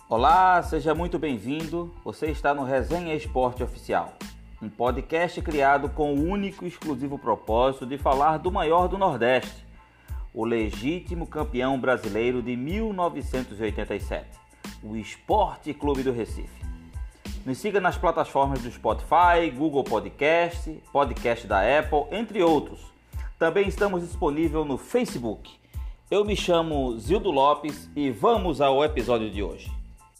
Olá, seja muito bem-vindo. Você está no Resenha Esporte Oficial, um podcast criado com o único e exclusivo propósito de falar do maior do Nordeste, o legítimo campeão brasileiro de 1987, o Esporte Clube do Recife. Nos siga nas plataformas do Spotify, Google Podcast, Podcast da Apple, entre outros. Também estamos disponíveis no Facebook. Eu me chamo Zildo Lopes e vamos ao episódio de hoje.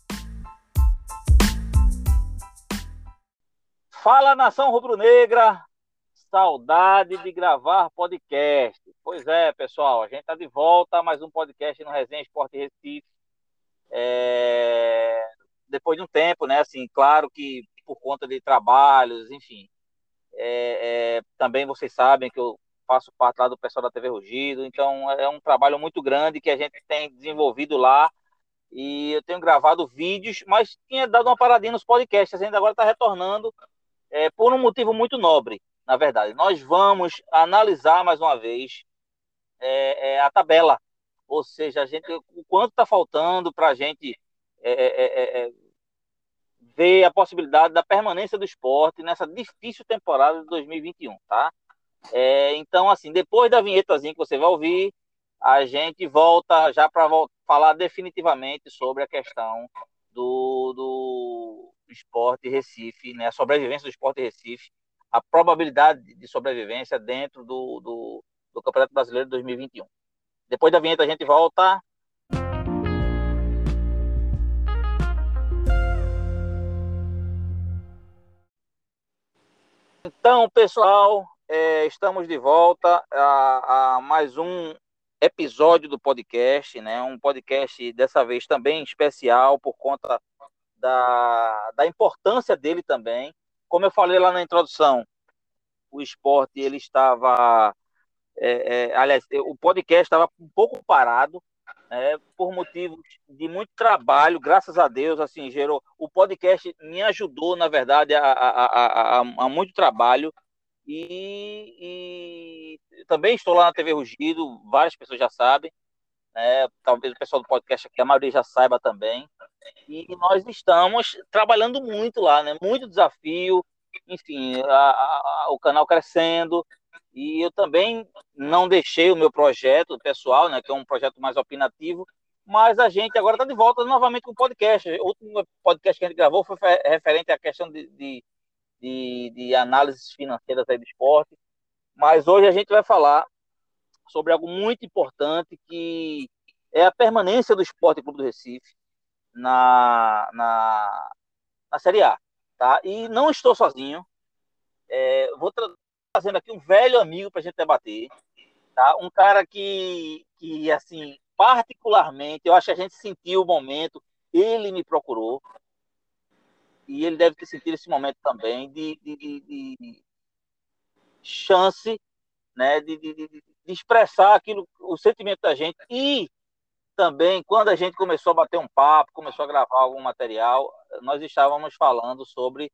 Fala, nação rubro-negra! Saudade de gravar podcast. Pois é, pessoal, a gente está de volta a mais um podcast no Resenha Esporte Recife. Depois de um tempo, né? Assim, claro que por conta de trabalhos, enfim. Também vocês sabem que eu faço parte lá do pessoal da TV Rugido, então é um trabalho muito grande que a gente tem desenvolvido lá. E eu tenho gravado vídeos, mas tinha dado uma paradinha nos podcasts, ainda agora está retornando. Por um motivo muito nobre, na verdade. Nós vamos analisar mais uma vez a tabela, ou seja, o quanto está faltando para a gente ver a possibilidade da permanência do esporte nessa difícil temporada de 2021, tá? Então, assim, depois da vinhetazinha que você vai ouvir, a gente volta já para falar definitivamente sobre a questão do Esporte Recife, né? A sobrevivência do Esporte Recife, a probabilidade de sobrevivência dentro do Campeonato Brasileiro de 2021. Depois da vinheta a gente volta. Então, pessoal, estamos de volta a mais um episódio do podcast, né? Um podcast dessa vez também especial por conta da importância dele também. Como eu falei lá na introdução, o esporte ele estava, aliás, o podcast estava um pouco parado, por motivos de muito trabalho, graças a Deus, assim, gerou. O podcast me ajudou, na verdade, a muito trabalho. E também estou lá na TV Rugido, várias pessoas já sabem, né? Talvez o pessoal do podcast aqui, a maioria já saiba também. E nós estamos trabalhando muito lá, né? Muito desafio, enfim, o canal crescendo. E eu também não deixei o meu projeto pessoal, né? Que é um projeto mais opinativo, mas a gente agora está de volta novamente com o podcast. O último podcast que a gente gravou foi referente à questão de análises financeiras aí do esporte. Mas hoje a gente vai falar sobre algo muito importante que é a permanência do Esporte Clube do Recife na Série A. Tá? E não estou sozinho. Vou trazendo aqui um velho amigo para a gente debater. Tá? Um cara que, assim, particularmente, eu acho que a gente sentiu o momento, ele me procurou, e ele deve ter sentido esse momento também de chance, né, de expressar aquilo, o sentimento da gente. E também, quando a gente começou a bater um papo, começou a gravar algum material, nós estávamos falando sobre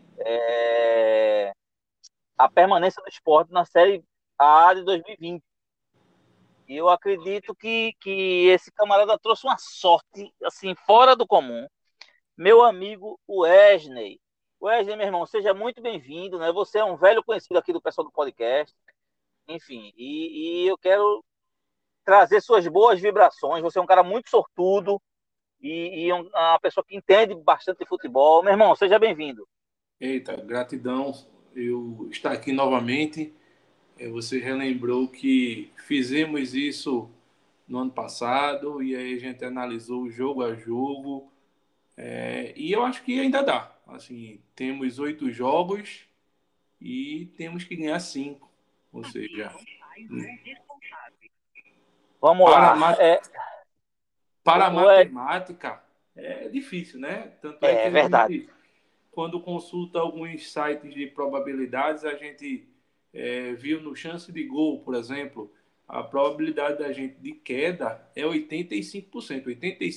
a permanência do esporte na Série A de 2020. E eu acredito que esse camarada trouxe uma sorte, assim, fora do comum. Meu amigo Wesley. Wesley, meu irmão, seja muito bem-vindo, né? Você é um velho conhecido aqui do pessoal do podcast. Enfim, e eu quero trazer suas boas vibrações. Você é um cara muito sortudo e uma pessoa que entende bastante de futebol. Meu irmão, seja bem-vindo. Eita, gratidão eu estar aqui novamente. Você relembrou que fizemos isso no ano passado e aí a gente analisou jogo a jogo. E eu acho que ainda dá. Assim, temos 8 jogos e temos que ganhar 5. Ou seja, Vamos para, lá. ma- para a O matemática é difícil, né? Tanto é que é a verdade. gente, quando consulta alguns sites de probabilidades, a gente viu no chance de gol, por exemplo, a probabilidade da gente de queda é 85%,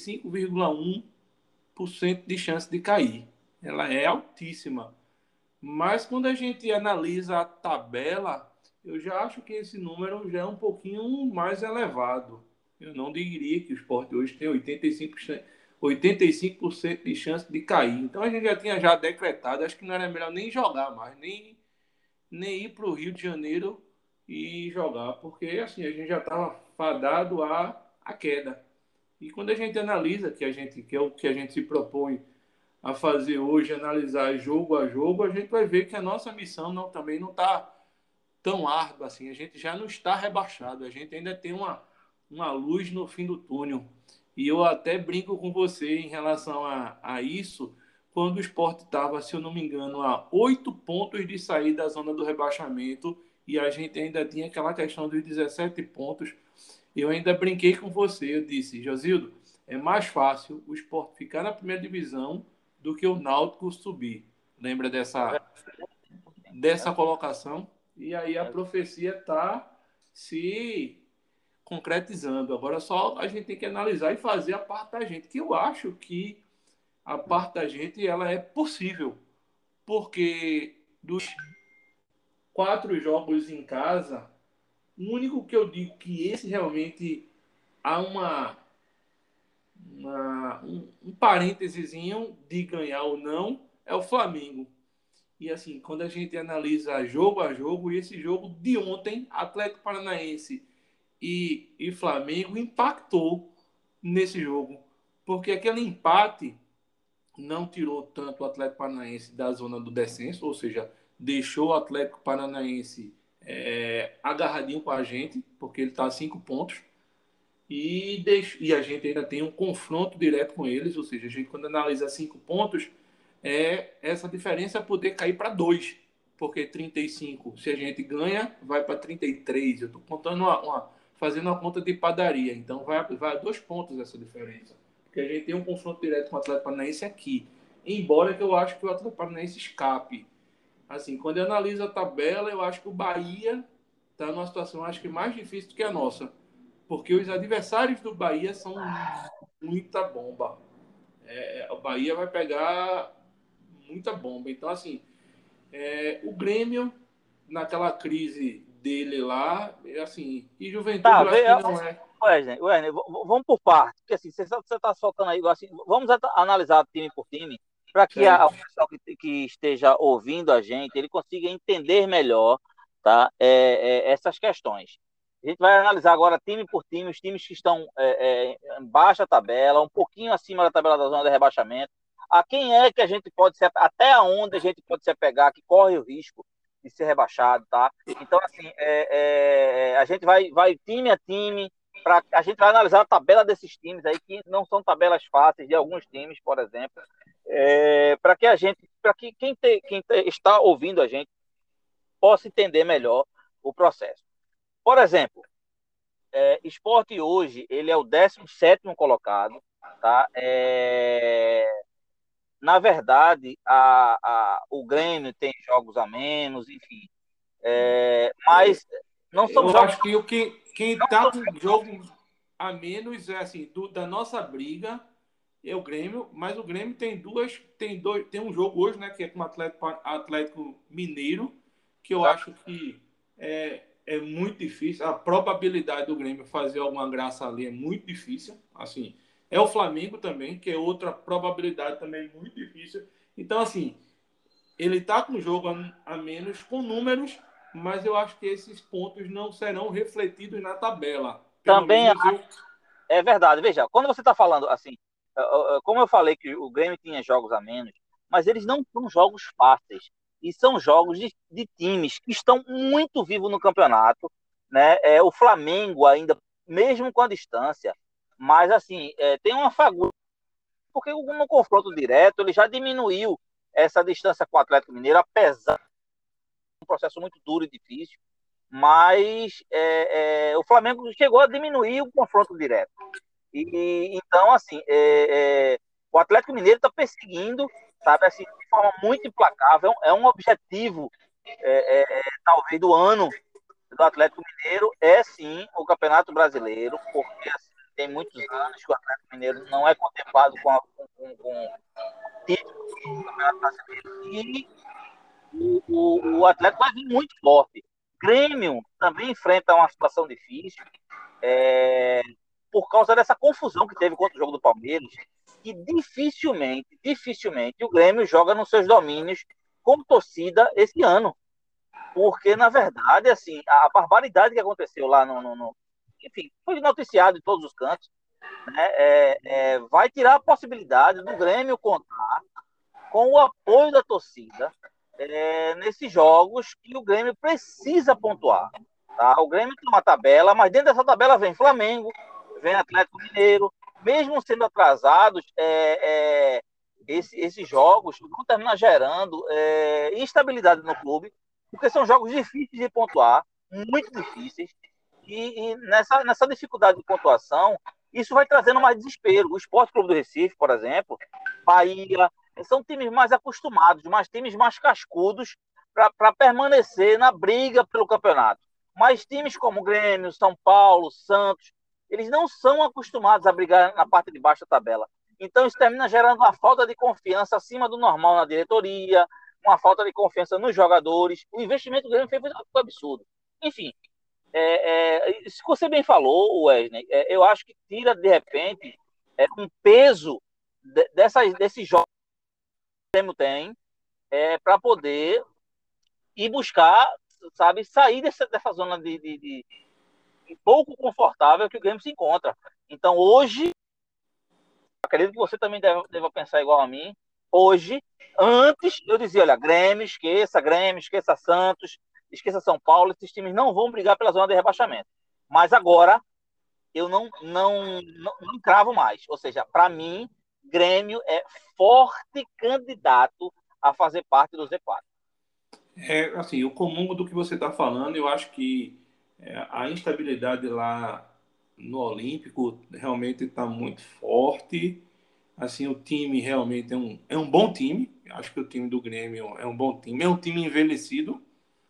85,1% de chance de cair. Ela é altíssima. Mas quando a gente analisa a tabela, eu já acho que esse número já é um pouquinho mais elevado. Eu não diria que o esporte hoje tem 85%, 85% de chance de cair. Então a gente já tinha já decretado, acho que não era melhor nem jogar mais, nem ir para o Rio de Janeiro e jogar, porque assim a gente já estava fadado à queda. E quando a gente analisa que é o que a gente se propõe a fazer hoje, analisar jogo a jogo, a gente vai ver que a nossa missão também não está tão árdua assim. A gente já não está rebaixado, a gente ainda tem uma luz no fim do túnel. E eu até brinco com você em relação a isso, quando o Sport estava, se eu não me engano, a 8 pontos de sair da zona do rebaixamento e a gente ainda tinha aquela questão dos 17 pontos. Eu ainda brinquei com você, eu disse, Josildo, é mais fácil o Sport ficar na primeira divisão do que o Náutico subir. Lembra dessa colocação? E aí a profecia está se concretizando. Agora só a gente tem que analisar e fazer a parte da gente, que eu acho que a parte da gente ela é possível, porque dos 4 jogos em casa, o único que eu digo que esse realmente há um parênteses de ganhar ou não é o Flamengo. E assim, quando a gente analisa jogo a jogo, e esse jogo de ontem, Atlético Paranaense e Flamengo impactou nesse jogo, porque aquele empate não tirou tanto o Atlético Paranaense da zona do descenso, ou seja, deixou o Atlético Paranaense agarradinho com a gente, porque ele está a 5 pontos, e a gente ainda tem um confronto direto com eles, ou seja, a gente quando analisa 5 pontos, essa diferença poder cair para 2, porque 35, se a gente ganha, vai para 33. Eu estou contando fazendo uma conta de padaria, então vai a 2 pontos essa diferença, porque a gente tem um confronto direto com o Atlético Paranaense aqui, embora que eu acho que o Atlético Paranaense escape. Assim, quando eu analiso a tabela, eu acho que o Bahia está numa situação, acho que mais difícil do que a nossa, porque os adversários do Bahia são muita bomba. O Bahia vai pegar muita bomba. Então, assim, o Grêmio, naquela crise dele lá, assim, e Juventude Tá, eu acho que não é. Wesley, vamos por parte, porque assim, você está soltando aí, assim, vamos analisar time por time, para que o Certo. pessoal que esteja ouvindo a gente, ele consiga entender melhor, tá, essas questões. A gente vai analisar agora time por time, os times que estão em baixa tabela, um pouquinho acima da tabela da zona de rebaixamento, a quem é que a gente pode ser, até onde a gente pode se apegar, que corre o risco de ser rebaixado, tá? Então, assim, a gente vai time a time, a gente vai analisar a tabela desses times aí, que não são tabelas fáceis, de alguns times, por exemplo, para que quem está ouvindo a gente possa entender melhor o processo. Por exemplo, Sport hoje, ele é o 17º colocado, tá? Na verdade, o Grêmio tem jogos a menos, enfim, mas não são Eu jogos. acho que quem está com jogo a menos é assim, da nossa briga é o Grêmio, mas o Grêmio tem um jogo hoje, né, que é com o Atlético Mineiro, que eu acho que é muito difícil. A probabilidade do Grêmio fazer alguma graça ali é muito difícil. Assim, é o Flamengo também, que é outra probabilidade também muito difícil. Então, assim, ele está com o jogo a menos com números, mas eu acho que esses pontos não serão refletidos na tabela. Pelo Também menos eu. é verdade. Veja, quando você está falando assim, como eu falei que o Grêmio tinha jogos a menos, mas eles não são jogos fáceis. E são jogos de times que estão muito vivos no campeonato, né? O Flamengo ainda, mesmo com a distância, mas assim, tem uma fagulha, porque no confronto direto ele já diminuiu essa distância com o Atlético Mineiro, apesar de um processo muito duro e difícil, mas o Flamengo chegou a diminuir o confronto direto. Então, assim, o Atlético Mineiro está perseguindo, sabe, assim, de forma muito implacável. É um objetivo, talvez, do ano do Atlético Mineiro, sim, o Campeonato Brasileiro, porque assim, tem muitos anos que o Atlético Mineiro não é contemplado com título do Campeonato Brasileiro. E o Atlético vai vir muito forte. Grêmio também enfrenta uma situação difícil, por causa dessa confusão que teve contra o jogo do Palmeiras. que dificilmente o Grêmio joga nos seus domínios com torcida esse ano. Porque, na verdade, assim, a barbaridade que aconteceu lá enfim, foi noticiado em todos os cantos, né, vai tirar a possibilidade do Grêmio contar com o apoio da torcida nesses jogos que o Grêmio precisa pontuar. Tá? O Grêmio tem uma tabela, mas dentro dessa tabela vem Flamengo, vem Atlético Mineiro, mesmo sendo atrasados, esses jogos vão terminar gerando instabilidade no clube, porque são jogos difíceis de pontuar, muito difíceis, e nessa dificuldade de pontuação, isso vai trazendo mais desespero. O Sport Clube do Recife, por exemplo, Bahia, são times mais acostumados, times mais cascudos para permanecer na briga pelo campeonato. Mas times como Grêmio, São Paulo, Santos, eles não são acostumados a brigar na parte de baixo da tabela. Então isso termina gerando uma falta de confiança acima do normal na diretoria, uma falta de confiança nos jogadores. O investimento do Grêmio foi absurdo. Enfim, isso que você bem falou, Wesley, eu acho que tira, de repente, um peso desses jogos que o Grêmio tem para poder ir buscar, sabe, sair dessa zona de pouco confortável que o Grêmio se encontra. Então, hoje, acredito que você também deva pensar igual a mim. Hoje, antes, eu dizia, olha, Grêmio, esqueça Santos, esqueça São Paulo, esses times não vão brigar pela zona de rebaixamento. Mas agora, eu não cravo mais. Ou seja, para mim, Grêmio é forte candidato a fazer parte do Z4. Assim, eu comungo do que você está falando. Eu acho que a instabilidade lá no Olímpico realmente está muito forte. Assim, o time realmente é um bom time. Acho que o time do Grêmio é um bom time. É um time envelhecido,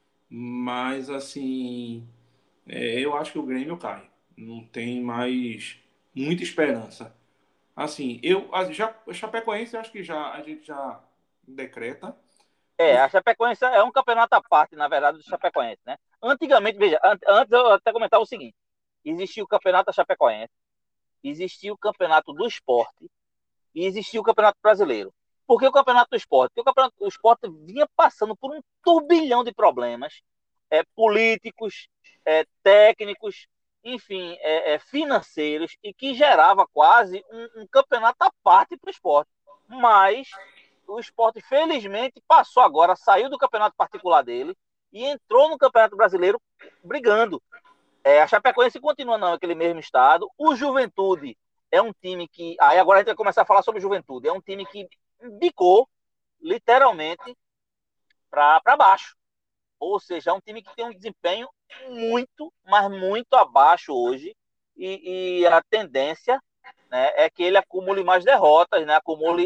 mas assim, eu acho que o Grêmio cai. Não tem mais muita esperança. Assim, a Chapecoense, acho que a gente já decreta. A Chapecoense é um campeonato à parte, na verdade, do Chapecoense, né? Antigamente, veja, antes eu até comentava o seguinte: existia o campeonato da Chapecoense, existia o campeonato do esporte e existia o campeonato brasileiro. Por que o campeonato do esporte? Porque o campeonato do esporte vinha passando por um turbilhão de problemas políticos, técnicos, enfim, financeiros, e que gerava quase um campeonato à parte para o esporte. Mas o esporte, felizmente, passou agora, saiu do campeonato particular dele e entrou no Campeonato Brasileiro brigando. A Chapecoense continua naquele mesmo estado. O Juventude é um time que... Aí agora a gente vai começar a falar sobre o Juventude. É um time que bicou, literalmente, para baixo. Ou seja, é um time que tem um desempenho muito, mas muito abaixo hoje. E a tendência, né, é que ele acumule mais derrotas, né,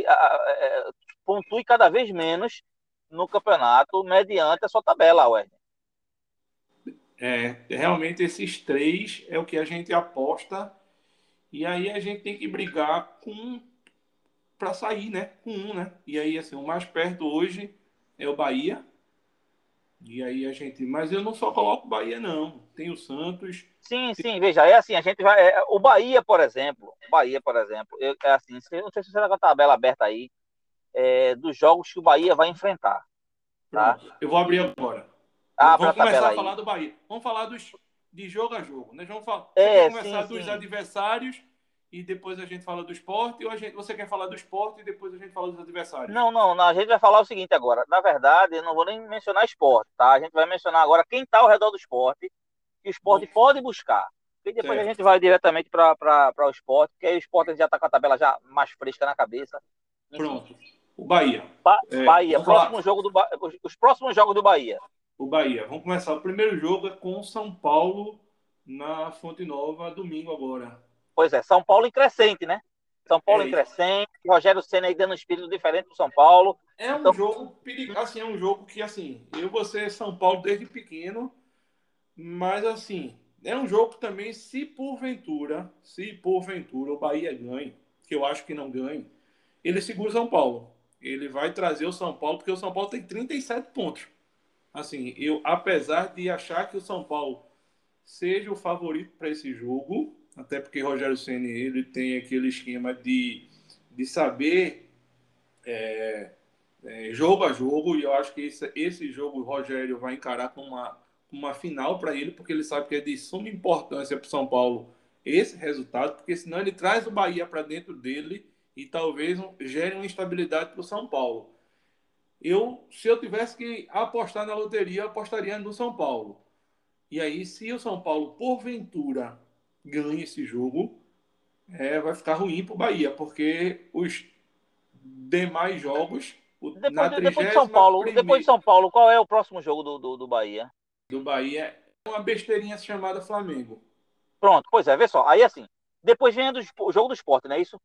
pontue cada vez menos no campeonato mediante a sua tabela, Wesley. Realmente esses três é o que a gente aposta e aí a gente tem que brigar para sair, né? Com um, né? E aí assim, o mais perto hoje é o Bahia. E aí a gente, mas eu não só coloco o Bahia não, tem o Santos. Sim, veja, é assim, a gente vai, o Bahia, por exemplo, é assim, não sei se você está com a tabela aberta aí, dos jogos que o Bahia vai enfrentar, tá? Pronto, eu vou abrir agora. Abre a Vamos começar tabela a falar aí. do Bahia. Vamos falar de jogo a jogo, né? Você quer começar dos Sim. adversários e depois a gente fala do esporte, ou você quer falar do esporte e depois a gente fala dos adversários? Não, a gente vai falar o seguinte agora. Na verdade, eu não vou nem mencionar esporte, tá? A gente vai mencionar agora quem está ao redor do esporte, que o esporte Vamos, pode buscar. E depois a certo. gente vai diretamente para o esporte, porque aí o esporte já está com a tabela já mais fresca na cabeça. Enfim. Pronto. O Bahia. Bahia, Vamos falar. os próximos jogos do Bahia. O Bahia. Vamos começar. O primeiro jogo é com o São Paulo na Fonte Nova, domingo agora. Pois é, São Paulo em crescente, né? São Paulo em Isso. crescente, Rogério Ceni aí dando um espírito diferente pro São Paulo. É um Então, jogo assim, é um jogo que assim, eu vou ser São Paulo desde pequeno, mas assim, é um jogo também se porventura o Bahia ganhe, que eu acho que não ganhe, ele segura o São Paulo. Ele vai trazer o São Paulo, porque o São Paulo tem 37 pontos. Assim, eu apesar de achar que o São Paulo seja o favorito para esse jogo, até porque Rogério Ceni ele tem aquele esquema de de saber jogo a jogo, e eu acho que esse jogo o Rogério vai encarar com uma final para ele, porque ele sabe que é de suma importância para o São Paulo esse resultado, porque senão ele traz o Bahia para dentro dele e talvez gere uma instabilidade para o São Paulo. Se eu tivesse que apostar na loteria, eu apostaria no São Paulo. E aí, se o São Paulo, porventura, ganha esse jogo, vai ficar ruim para o Bahia, porque os demais jogos, na Depois de 31ª São Paulo, qual é o próximo jogo do Bahia? do Bahia, é uma besteirinha chamada Flamengo. Pronto, pois é, vê só. Aí assim, depois vem o jogo do Sport, não é isso?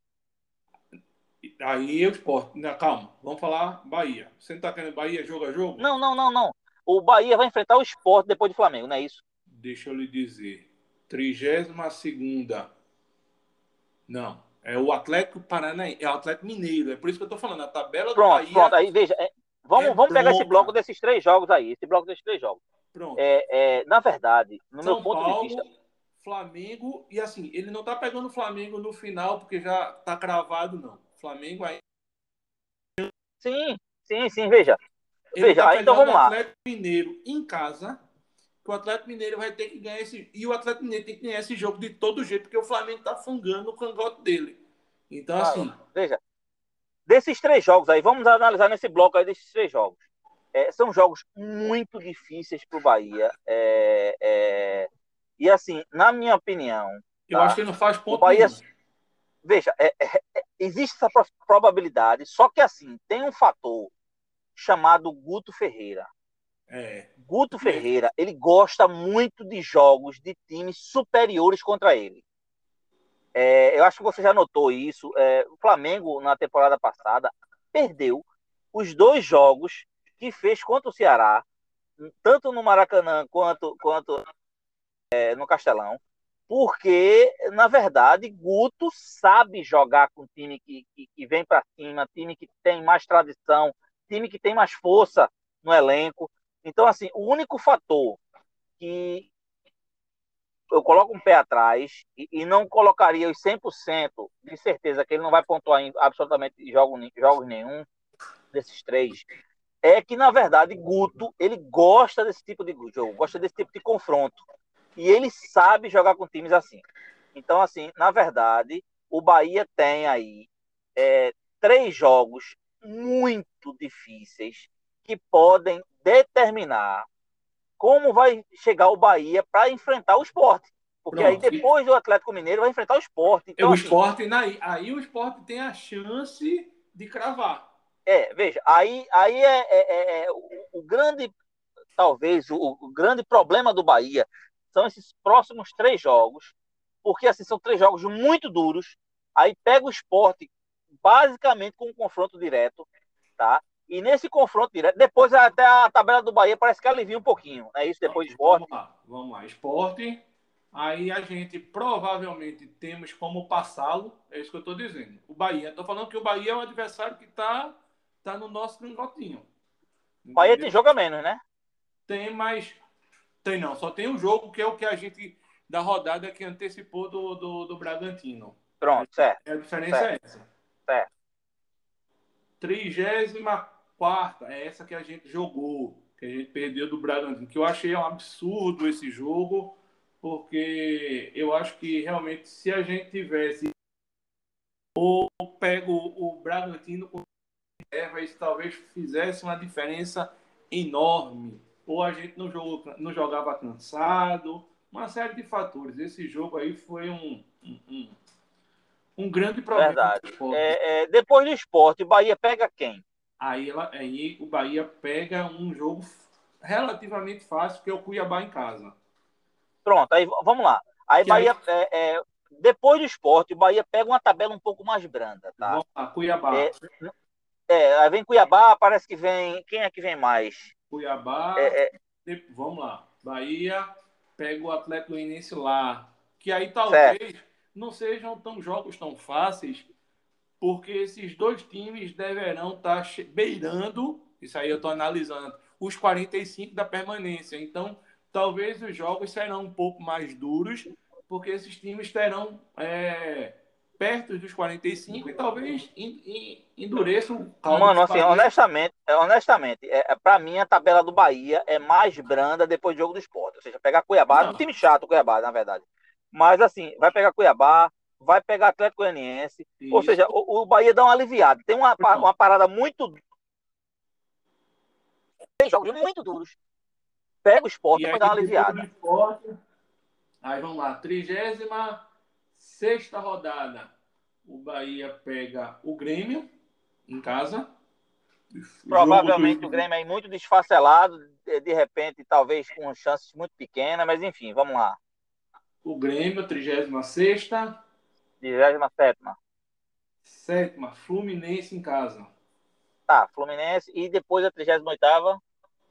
Aí o Sport, calma, vamos falar Bahia. Você não tá querendo Bahia jogo a jogo? Não, não, não, não. O Bahia vai enfrentar o Sport depois do Flamengo, não é isso? Deixa eu lhe dizer. 32ª. Não. É o Atlético Paranaense. É o Atlético Mineiro. É por isso que eu tô falando. A tabela do Pronto, pronto. Bahia Aí veja, é vamos pegar esse bloco bronca. desses 3 jogos aí. Esse bloco desses 3 jogos. Pronto. Na verdade, no meu São ponto de vista. Paulo, Flamengo. E assim, ele não tá pegando o Flamengo no final, porque já tá cravado, não. Flamengo aí. Sim, sim, sim, veja. Ele tá Veja, então pegando o vamos lá. Atlético Mineiro em casa. Que o Atlético Mineiro vai ter que ganhar esse. E o Atlético Mineiro tem que ganhar esse jogo de todo jeito, porque o Flamengo tá fungando o cangote dele. Então, Claro, assim. veja. Desses 3 jogos aí, vamos analisar nesse bloco aí desses 3 jogos. São jogos muito difíceis para o Bahia. E assim, na minha opinião, Eu acho tá? que ele não faz O ponto Bahia, nenhum. veja, existe essa probabilidade, só que assim, tem um fator chamado Guto Ferreira. É. Guto Ferreira, ele gosta muito de jogos de times superiores contra ele. Eu acho que você já notou isso. O Flamengo, na temporada passada, perdeu os 2 jogos que fez contra o Ceará, tanto no Maracanã quanto no Castelão, porque, na verdade, Guto sabe jogar com time que vem para cima, time que tem mais tradição, time que tem mais força no elenco. Então, assim, o único fator que eu coloco um pé atrás e não colocaria os 100% de certeza que ele não vai pontuar em absolutamente jogos nenhum desses 3, é que, na verdade, Guto, ele gosta desse tipo de jogo, gosta desse tipo de confronto. E ele sabe jogar com times assim. Então, assim, na verdade, o Bahia tem aí 3 jogos muito difíceis que podem determinar como vai chegar o Bahia para enfrentar o Sport. Porque aí, Pronto. depois do Atlético Mineiro, vai enfrentar o Sport. Então, O assim, esporte, aí o esporte tem a chance de cravar. veja, aí o grande, talvez, o grande problema do Bahia são esses próximos 3 jogos, porque assim são 3 jogos muito duros. Aí pega o Sport basicamente com um confronto direto, tá? E nesse confronto direto, depois até a tabela do Bahia parece que alivia um pouquinho, é isso, depois do Sport. Vamos lá. Esporte, aí a gente provavelmente temos como passá-lo, é isso que eu estou dizendo. O Bahia, estou falando que o Bahia é um adversário que tá no nosso cangotinho. O Bahia Entendeu? tem jogo a menos, né? Tem, mas tem não. Só tem um jogo que é o que a gente da rodada que antecipou do Bragantino. Pronto, certo, A diferença certo, é essa. certo. 34ª é essa que a gente jogou, que a gente perdeu do Bragantino, que eu achei um absurdo esse jogo, porque eu acho que realmente se a gente tivesse ou pego o Bragantino com reserva, isso talvez fizesse uma diferença enorme. Ou a gente não jogava cansado, uma série de fatores. Esse jogo aí foi um grande problema Verdade. do esporte. Depois do Sport, o Bahia pega quem? Aí o Bahia pega um jogo relativamente fácil, que é o Cuiabá em casa. Pronto, aí vamos lá. Aí Que aí, Bahia, depois do Sport, o Bahia pega uma tabela um pouco mais branda, tá? vamos lá, Cuiabá. É, aí vem Cuiabá, parece que vem. Quem é que vem mais? Cuiabá, É, é, vamos lá. Bahia pega o Atlético Goianiense lá. Que aí certo. talvez não sejam jogos tão fáceis, porque esses dois times deverão estar beirando, isso aí eu estou analisando, os 45 da permanência. Então, talvez os jogos serão um pouco mais duros, porque esses times terão perto dos 45 e talvez endureça o caldo Mano, do assim, Bahia. honestamente, para mim a tabela do Bahia é mais branda depois do jogo do Sport. Ou seja, pegar Cuiabá, um Não, time chato, o Cuiabá, na verdade. Mas assim, vai pegar Cuiabá, vai pegar Atlético Goianiense. Ou isso. seja, o Bahia dá uma aliviada. Tem Pronto. uma parada muito. Tem jogos muito duros. Pega o Sport, E depois aí, dá uma depois do aliviada. esporte, aí vamos lá, 36ª rodada. O Bahia pega o Grêmio em casa. Jogo Provavelmente o do. Grêmio aí muito desfacelado, de repente, talvez com chances muito pequenas, mas enfim, vamos lá. O Grêmio, 36ª. 27ª. Sétima, Fluminense em casa. Tá, Fluminense. E depois a 38ª.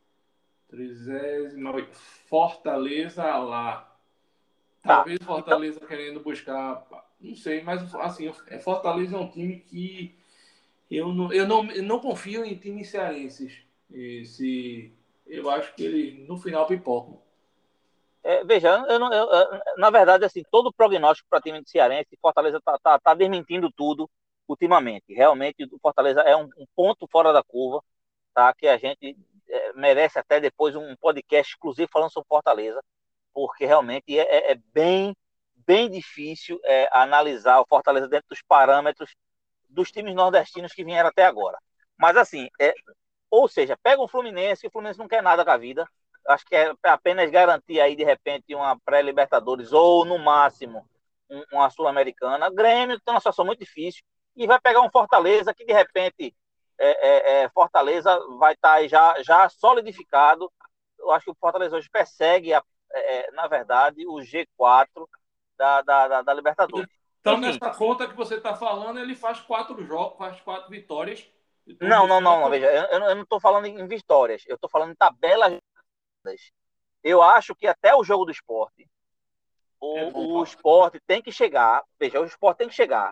30ª, Fortaleza lá. Tá. Talvez Então, Fortaleza querendo buscar. Não sei, mas assim, Fortaleza é um time que eu não confio em times cearenses. Eu acho que eles no final pipocam. veja, na verdade, assim, todo o prognóstico para time de Cearense, Fortaleza tá desmentindo tudo ultimamente. Realmente, o Fortaleza é um ponto fora da curva, tá? Que a gente merece até depois um podcast exclusivo falando sobre Fortaleza, porque realmente é bem difícil analisar o Fortaleza dentro dos parâmetros dos times nordestinos que vieram até agora. Mas assim, ou seja, pega o Fluminense, que o Fluminense não quer nada com a vida. Acho que é apenas garantir aí, de repente, uma pré-Libertadores ou, no máximo, uma Sul-Americana. Grêmio tem uma situação muito difícil e vai pegar um Fortaleza que, de repente, Fortaleza vai estar aí já solidificado. Eu acho que o Fortaleza hoje persegue, na verdade, o G4 da Libertadores. Então, Enfim, nessa conta que você está falando, ele faz 4 jogos, faz 4 vitórias. Então, não, veja, eu não estou falando em vitórias, eu estou falando em tabelas. Eu acho que até o jogo do esporte, é bom. o esporte tem que chegar, veja, o esporte tem que chegar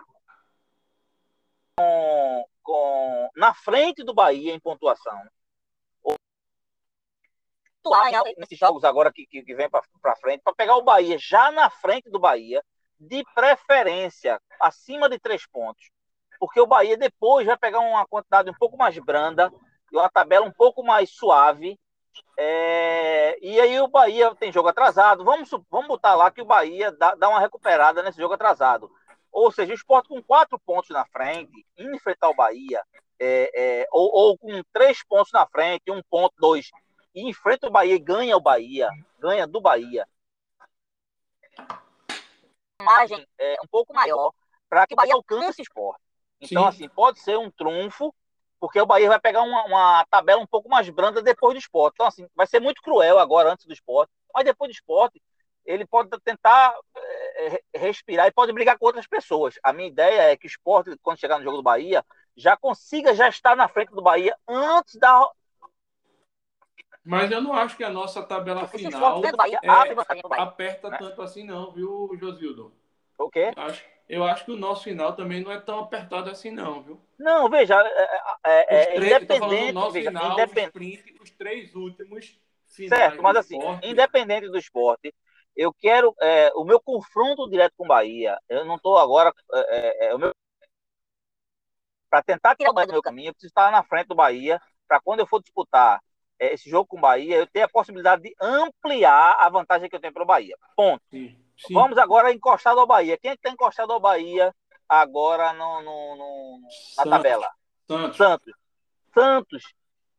na frente do Bahia em pontuação. Nesses jogos agora que vem para frente, para pegar o Bahia já na frente do Bahia, de preferência acima de 3 pontos. Porque o Bahia depois vai pegar uma quantidade um pouco mais branda, uma tabela um pouco mais suave. E aí o Bahia tem jogo atrasado. Vamos botar lá que o Bahia dá uma recuperada nesse jogo atrasado. Ou seja, o Sport com 4 pontos na frente, enfrentar o Bahia, ou com 3 pontos na frente, 1 ponto, 2, e enfrenta o Bahia e ganha o Bahia, ganha do Bahia. Margem um pouco maior para que o Bahia alcance o Sport. Então, Sim. assim, pode ser um trunfo, porque o Bahia vai pegar uma tabela um pouco mais branda depois do Sport. Então, assim, vai ser muito cruel agora antes do Sport, mas depois do Sport, ele pode tentar respirar e pode brigar com outras pessoas. A minha ideia é que o Sport, quando chegar no jogo do Bahia, já estar na frente do Bahia antes da. Mas eu não acho que a nossa tabela Porque se o Sport final do Bahia abre vantagem pro Bahia. aperta Né? tanto assim, não, viu, Josildo? O quê? Eu acho que o nosso final também não é tão apertado assim, não, viu? Não, veja, Eu tô falando do independente, nosso veja, final, o sprint, os 3 últimos certo, finais do mas assim, esporte. independente do esporte, eu quero o meu confronto direto com o Bahia. Eu não estou agora para tentar tirar o Bahia do meu caminho. Eu preciso estar na frente do Bahia para quando eu for disputar esse jogo com o Bahia, eu ter a possibilidade de ampliar a vantagem que eu tenho para o Bahia. Ponto. Sim, sim. Vamos agora encostado ao Bahia. Quem é que está encostado ao Bahia agora na Santos. tabela? Santos. Santos. Santos,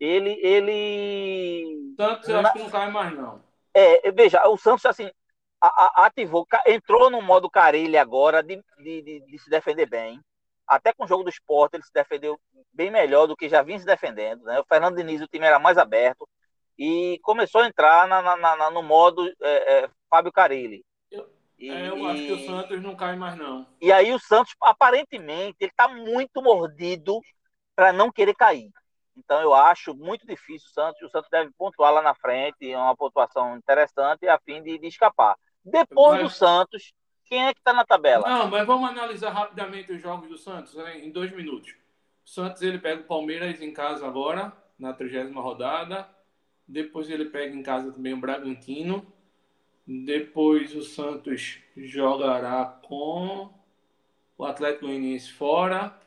ele Santos eu acho que não cai mais, não. veja, o Santos assim ativou, entrou no modo Carille agora de se defender bem. Até com o jogo do Sport ele se defendeu bem melhor do que já vinha se defendendo. Né? O Fernando Diniz, o time era mais aberto e começou a entrar no modo Fábio Carille. Eu acho que o Santos não cai mais, não. E aí o Santos, aparentemente, ele está muito mordido para não querer cair. Então eu acho muito difícil o Santos deve pontuar lá na frente, uma pontuação interessante a fim de escapar. Depois do Mas, Santos, quem é que está na tabela? não, mas vamos analisar rapidamente os jogos do Santos, né, em 2 minutos. O Santos ele pega o Palmeiras em casa agora, na 30ª rodada. Depois ele pega em casa também o Bragantino. Depois o Santos jogará com o Atlético Goianiense fora.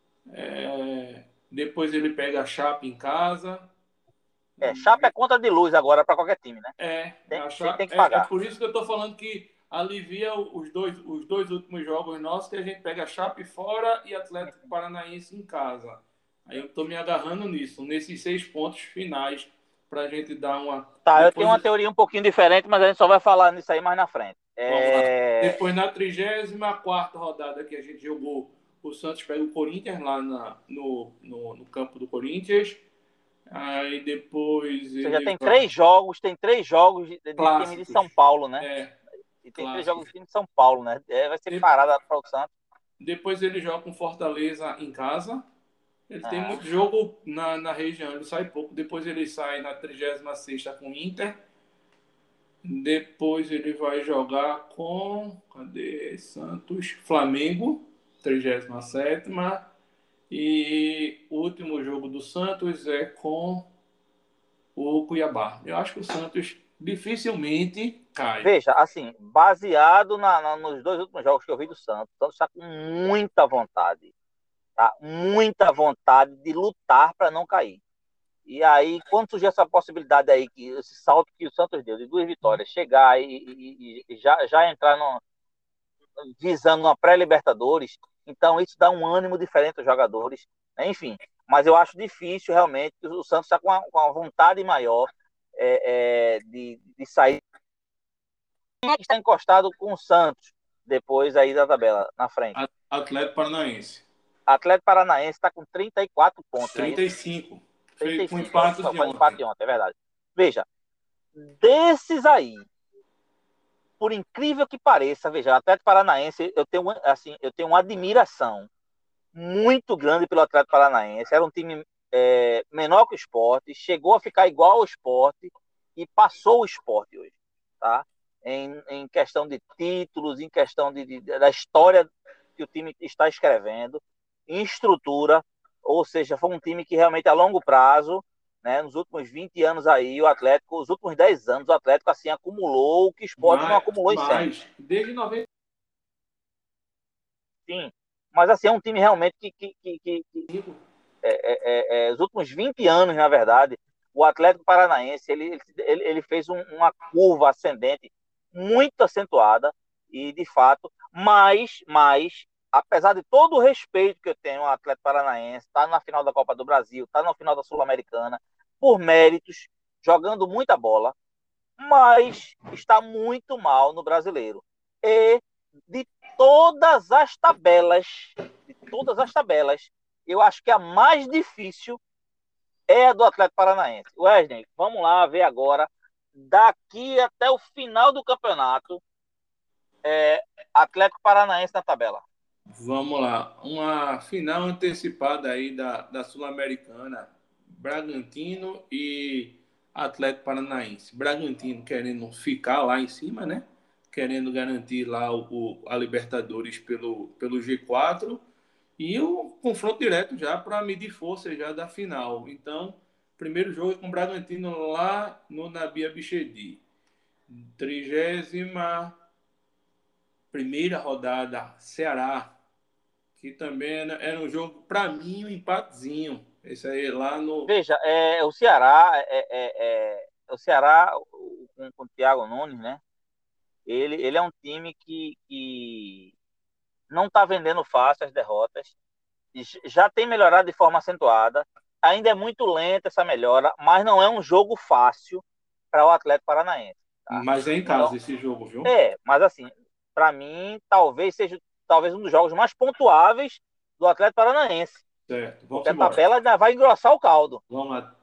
Depois ele pega a Chape em casa. Chapa é conta de luz agora para qualquer time, né? A Tem Chape, que pagar. por isso que eu estou falando que alivia os dois últimos jogos nossos, que a gente pega a Chape fora e Atlético Paranaense em casa. Aí eu estou me agarrando nisso, nesses 6 pontos finais, para a gente dar uma... Tá, eu tenho Depois, uma teoria um pouquinho diferente, mas a gente só vai falar nisso aí mais na frente. vamos lá. Depois, na 34ª rodada que a gente jogou, o Santos pega o Corinthians lá no campo do Corinthians. Aí depois Você já ele tem vai... 3 jogos de time de Clássicos. São Paulo, né? E tem 3 jogos Clássicos. de time de São Paulo, né? Vai ser parada para o Santos. Depois ele joga com Fortaleza em casa. Ele tem Uhum. muito jogo na região, ele sai pouco. Depois ele sai na 36ª com o Inter. Depois ele vai jogar com... Cadê? Santos. Flamengo, 37ª. E o último jogo do Santos é com o Cuiabá. Eu acho que o Santos dificilmente cai. Veja, assim, baseado nos 2 últimos jogos que eu vi do Santos, o Santos está com muita vontade, tá? Muita vontade de lutar para não cair. E aí, quando surgir essa possibilidade aí, que esse salto que o Santos deu de 2 vitórias, chegar e já entrar visando uma pré-Libertadores, então isso dá um ânimo diferente aos jogadores, né? Enfim. Mas eu acho difícil realmente, o Santos está com uma vontade maior de sair. Quem é que está encostado com o Santos depois aí da tabela, na frente? Atlético Paranaense. Atlético Paranaense está com 34 pontos, não é isso? 35. Foi com 35, empate de foi ontem. empate ontem, é verdade. Veja, desses aí, por incrível que pareça, veja, o Atlético Paranaense, eu tenho uma admiração muito grande pelo Atlético Paranaense. Era um time menor que o Sport, chegou a ficar igual ao Sport e passou o Sport hoje, tá? Em questão de títulos, em questão da história que o time está escrevendo, em estrutura, ou seja, foi um time que realmente a longo prazo, né, nos últimos 20 anos aí, o Atlético, os últimos 10 anos, o Atlético assim acumulou o que o Sport não acumulou em 100. Desde 90. Sim, mas assim, é um time realmente os últimos 20 anos, na verdade, o Atlético Paranaense ele fez uma curva ascendente muito acentuada e, de fato, mas apesar de todo o respeito que eu tenho ao Atlético Paranaense, está na final da Copa do Brasil, está na final da Sul-Americana, por méritos, jogando muita bola, mas está muito mal no Brasileiro. E de todas as tabelas, eu acho que a mais difícil é a do Atlético Paranaense. Wesley, vamos lá ver agora, daqui até o final do campeonato, Atlético Paranaense na tabela. Vamos lá. Uma final antecipada aí da Sul-Americana. Bragantino e Atlético Paranaense. Bragantino querendo ficar lá em cima, né? Querendo garantir lá a Libertadores pelo G4. E o confronto direto já para medir força já da final. Então, primeiro jogo é com o Bragantino lá no Nabi Abichedi. 31ª rodada, Ceará, que também era um jogo, para mim, um empatezinho. Esse aí lá no... Veja, o Ceará, com o Thiago Nunes, né? Ele é um time que não está vendendo fácil as derrotas, já tem melhorado de forma acentuada, ainda é muito lenta essa melhora, mas não é um jogo fácil para o Atlético Paranaense, tá? Mas é em casa Então, esse jogo, viu? mas assim, para mim, talvez seja um dos jogos mais pontuáveis do Atlético Paranaense, Certo, vamos porque a embora. tabela ainda vai engrossar o caldo. Vamos lá.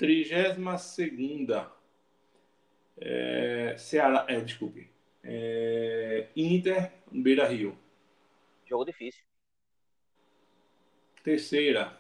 32ª. Ceará, desculpe. Inter, no Beira-Rio. Jogo difícil. Terceira.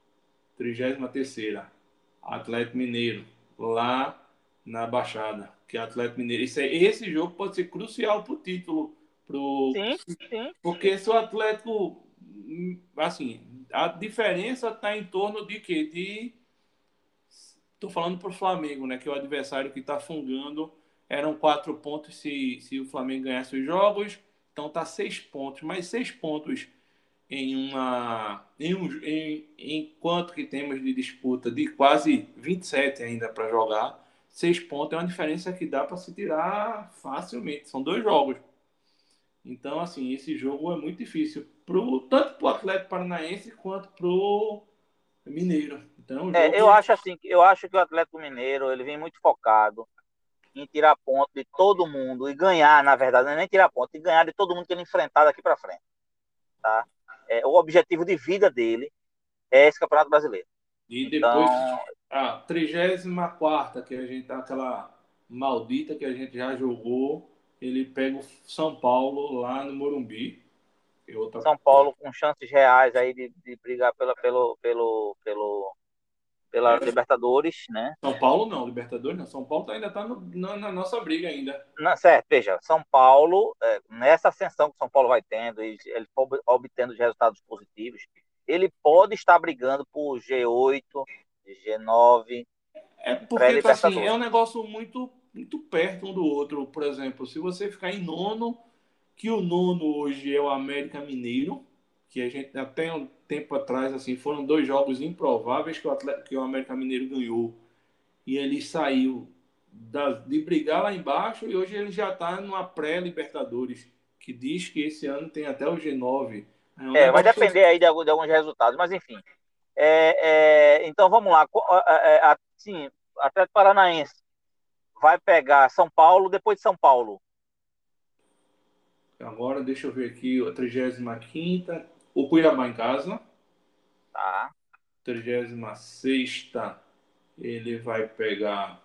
33ª. Atlético Mineiro, lá na Baixada. Que é Atlético Mineiro. Esse jogo pode ser crucial para o título. Sim, sim. Porque se o Atlético. Assim, a diferença está em torno de quê? Estou falando para o Flamengo, né? Que é o adversário que está fungando. Eram 4 pontos se o Flamengo ganhasse os jogos. Então tá 6 pontos. Mas 6 pontos enquanto que temos de disputa de quase 27 ainda para jogar, 6 pontos é uma diferença que dá para se tirar facilmente. São 2 jogos. Então, assim, esse jogo é muito difícil, tanto para o Atlético Paranaense quanto para o Mineiro. Então, é um jogo Eu acho assim, eu acho que o Atlético Mineiro ele vem muito focado em tirar ponto de todo mundo e ganhar, na verdade, não é nem tirar ponto, e ganhar de todo mundo que ele enfrentar daqui para frente, tá? O objetivo de vida dele é esse Campeonato Brasileiro. e depois Então, a 34ª, que a gente aquela maldita que a gente já jogou, ele pega o São Paulo lá no Morumbi. São Paulo com chances reais aí de brigar pela É, Libertadores, né? São Paulo não, Libertadores não. São Paulo ainda está na nossa briga ainda. Certo, veja, São Paulo, nessa ascensão que São Paulo vai tendo, e ele obtendo os resultados positivos, ele pode estar brigando por G8, G9, É porque tá assim, é pré-Libertadores. um negócio muito perto um do outro. Por exemplo, se você ficar em nono, que o nono hoje é o América Mineiro, que a gente até um tempo atrás assim foram 2 jogos improváveis que o América Mineiro ganhou e ele saiu de brigar lá embaixo e hoje ele já está numa pré-Libertadores que diz que esse ano tem até o G9. É um Vai negócio depender aí de alguns resultados, mas enfim. Então vamos lá. Sim, Atlético Paranaense vai pegar São Paulo, depois de São Paulo. agora deixa eu ver aqui a 35ª, o Cuiabá em casa. Tá? 36ª ele vai pegar.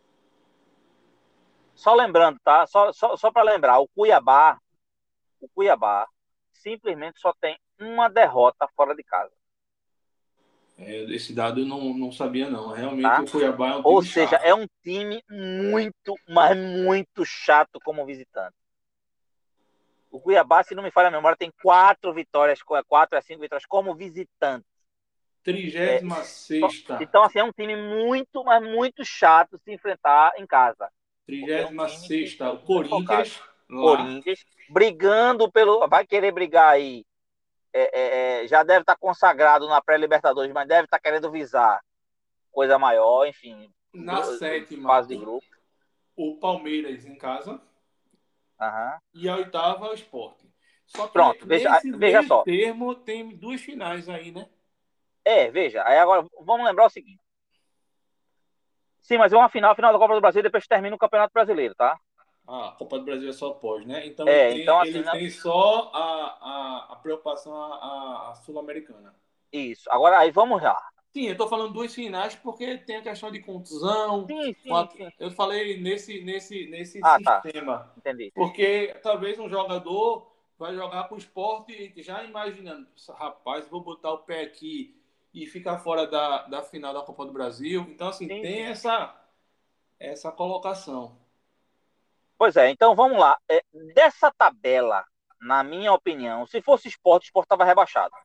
Só lembrando, tá? Só para lembrar, o Cuiabá simplesmente só tem uma derrota fora de casa, Esse dado eu não sabia, não. Realmente tá? o Cuiabá é um Ou time seja, chato. é um time muito, mas muito chato como visitante. O Cuiabá, se não me falha a memória, tem 4 vitórias, 4 a 5 vitórias como visitante. É, Trigésima sexta então, assim, é um time muito, mas muito chato se enfrentar em casa. Porque é um trigésima time que sexta é o muito focado. Corinthians lá. Corinthians, brigando pelo. Vai querer brigar aí. Já deve estar consagrado na pré-Libertadores, mas deve estar querendo visar coisa maior, enfim, Na sétima, fase de grupo. o Palmeiras em casa. Uhum. E a oitava, o Sport. Só que Pronto, nesse veja meio só. termo tem 2 finais aí, né? Veja. Aí agora vamos lembrar o seguinte. Sim, mas é uma final da Copa do Brasil e depois termina o Campeonato Brasileiro, tá? Ah, a Copa do Brasil é só pós, né? Então ele Então tem, assim, ele tem só a preocupação a Sul-Americana. isso. Agora aí vamos lá. Sim, eu estou falando 2 finais porque tem a questão de contusão. Sim, sim, sim, Eu sim. falei nesse Ah, tá. sistema. Entendi. Porque talvez um jogador vai jogar com o esporte já imaginando, rapaz, vou botar o pé aqui e ficar fora da final da Copa do Brasil. Então, assim, Sim, tem sim. essa colocação. Pois é, então vamos lá. Dessa tabela, na minha opinião, se fosse o esporte estava rebaixado,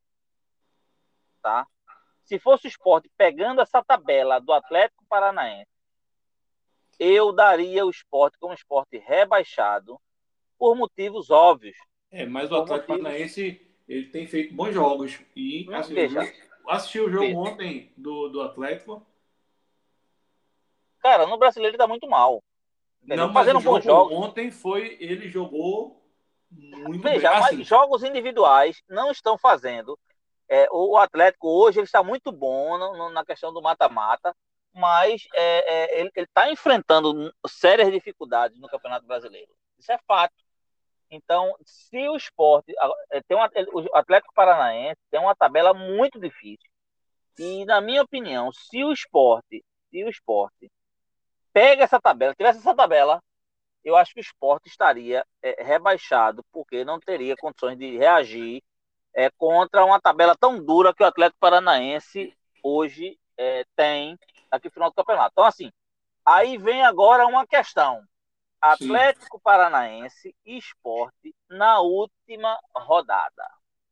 tá? Se fosse o esporte pegando essa tabela do Atlético Paranaense, eu daria o esporte como esporte rebaixado por motivos óbvios. Mas o Por Atlético motivos. Paranaense ele tem feito bons jogos. E, assim, Veja, assisti o jogo veja. ontem do Atlético. Cara, no brasileiro ele tá muito mal. Não, Entendeu? mas o Fazendo bons jogo jogos. ontem ele jogou muito bem. Veja, mas Assim, jogos individuais não estão fazendo. O Atlético hoje ele está muito bom na questão do mata-mata, mas ele está enfrentando sérias dificuldades no Campeonato Brasileiro. Isso é fato. Então, se o esporte. O Atlético Paranaense tem uma tabela muito difícil. E, na minha opinião, se o esporte pega essa tabela, tivesse essa tabela, eu acho que o esporte estaria rebaixado, porque não teria condições de reagir contra uma tabela tão dura que o Atlético Paranaense hoje tem aqui no final do campeonato. Então, assim, aí vem agora uma questão. sim. Atlético Paranaense e Sport na última rodada.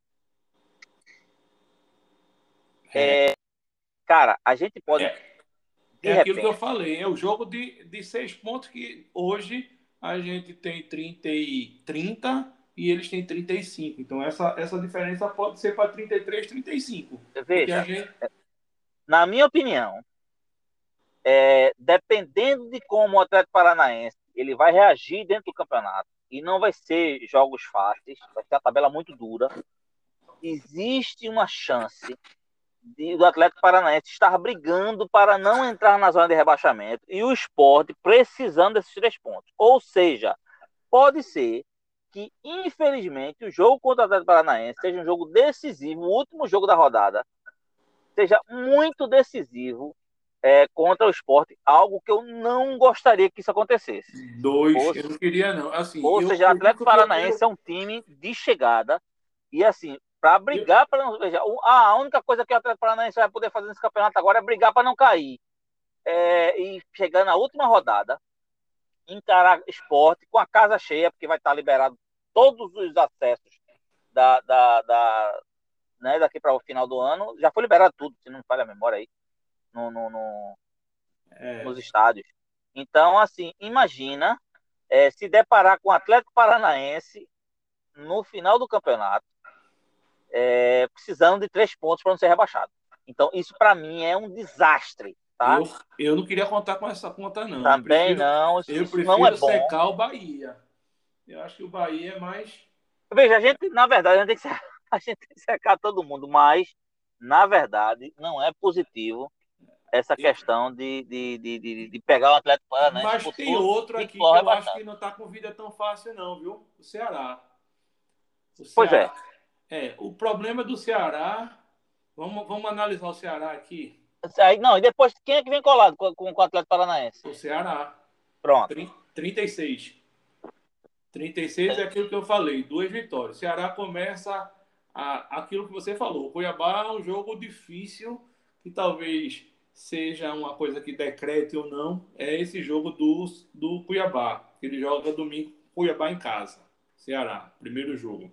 É, Cara, a gente pode, é, de é aquilo que eu repente, falei. É o jogo de 6 pontos que hoje a gente tem 30 e 30. e eles têm 35. Então, essa diferença pode ser para 33, 35. Porque a Veja, gente... na minha opinião, dependendo de como o Atlético Paranaense ele vai reagir dentro do campeonato, e não vai ser jogos fáceis, vai ser uma tabela muito dura, existe uma chance do Atlético Paranaense estar brigando para não entrar na zona de rebaixamento e o Sport precisando desses 3 pontos. Ou seja, pode ser que, infelizmente, o jogo contra o Atlético Paranaense seja um jogo decisivo, o último jogo da rodada, seja muito decisivo contra o Sport, algo que eu não gostaria que isso acontecesse. Dois, eu não queria não. Assim, Ou eu, seja, o por Atlético isso que eu Paranaense quero... é um time de chegada e assim, para Eu, brigar para não. Veja, a única coisa que o Atlético Paranaense vai poder fazer nesse campeonato agora é brigar para não cair. E chegar na última rodada, encarar esporte com a casa cheia, porque vai estar liberado todos os acessos né, daqui para o final do ano. Já foi liberado tudo, se não me falha a memória aí, no, no, no, é, nos estádios. Então, assim, imagina se deparar com o Atlético Paranaense no final do campeonato, precisando de 3 pontos para não ser rebaixado. Então, isso para mim é um desastre, tá? eu, eu não queria contar com essa conta, não. Também não, Eu isso não é prefiro bom. secar o Bahia. Eu acho que o Bahia é mais... Veja, a gente, na verdade, a gente tem que, a gente tem que secar todo mundo, mas, na verdade, não é positivo essa questão de pegar o Atlético Paranaense Mas por tem tudo outro de aqui que cloro eu acho que rebaixado. não está com vida tão fácil, não, viu? O Ceará. O Pois é. Ceará. O problema do Ceará. Vamos analisar o Ceará aqui. Aí, não, e depois, quem é que vem colado com o Atlético Paranaense? O Ceará. Pronto. 36. 36 é aquilo que eu falei, 2 vitórias. O Ceará começa aquilo que você falou. O Cuiabá é um jogo difícil, que talvez seja uma coisa que decrete ou não. É esse jogo do Cuiabá. Ele joga domingo, Cuiabá em casa. Ceará, primeiro jogo.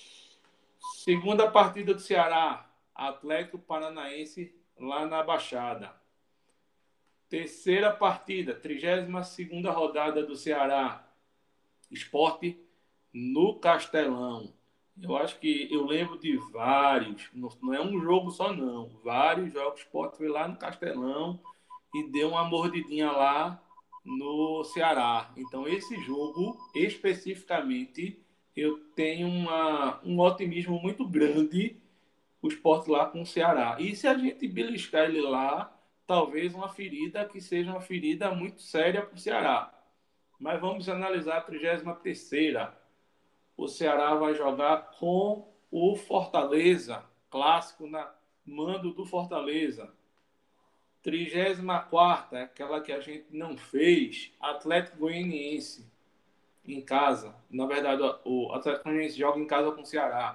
Segunda partida do Ceará, Atlético Paranaense lá na Baixada. Terceira partida, 32ª rodada do Ceará, Esporte no Castelão. Eu acho que eu lembro de vários, não é um jogo só não, vários jogos. O Sport foi lá no Castelão e deu uma mordidinha lá no Ceará. Então esse jogo especificamente eu tenho um otimismo muito grande o Sport lá com o Ceará. E se a gente beliscar ele lá, talvez uma ferida que seja uma ferida muito séria para o Ceará. Mas vamos analisar a 33ª. O Ceará vai jogar com o Fortaleza, clássico na mando do Fortaleza. 34ª, aquela que a gente não fez, Atlético Goianiense em casa. Na verdade, o Atlético Goianiense joga em casa com o Ceará.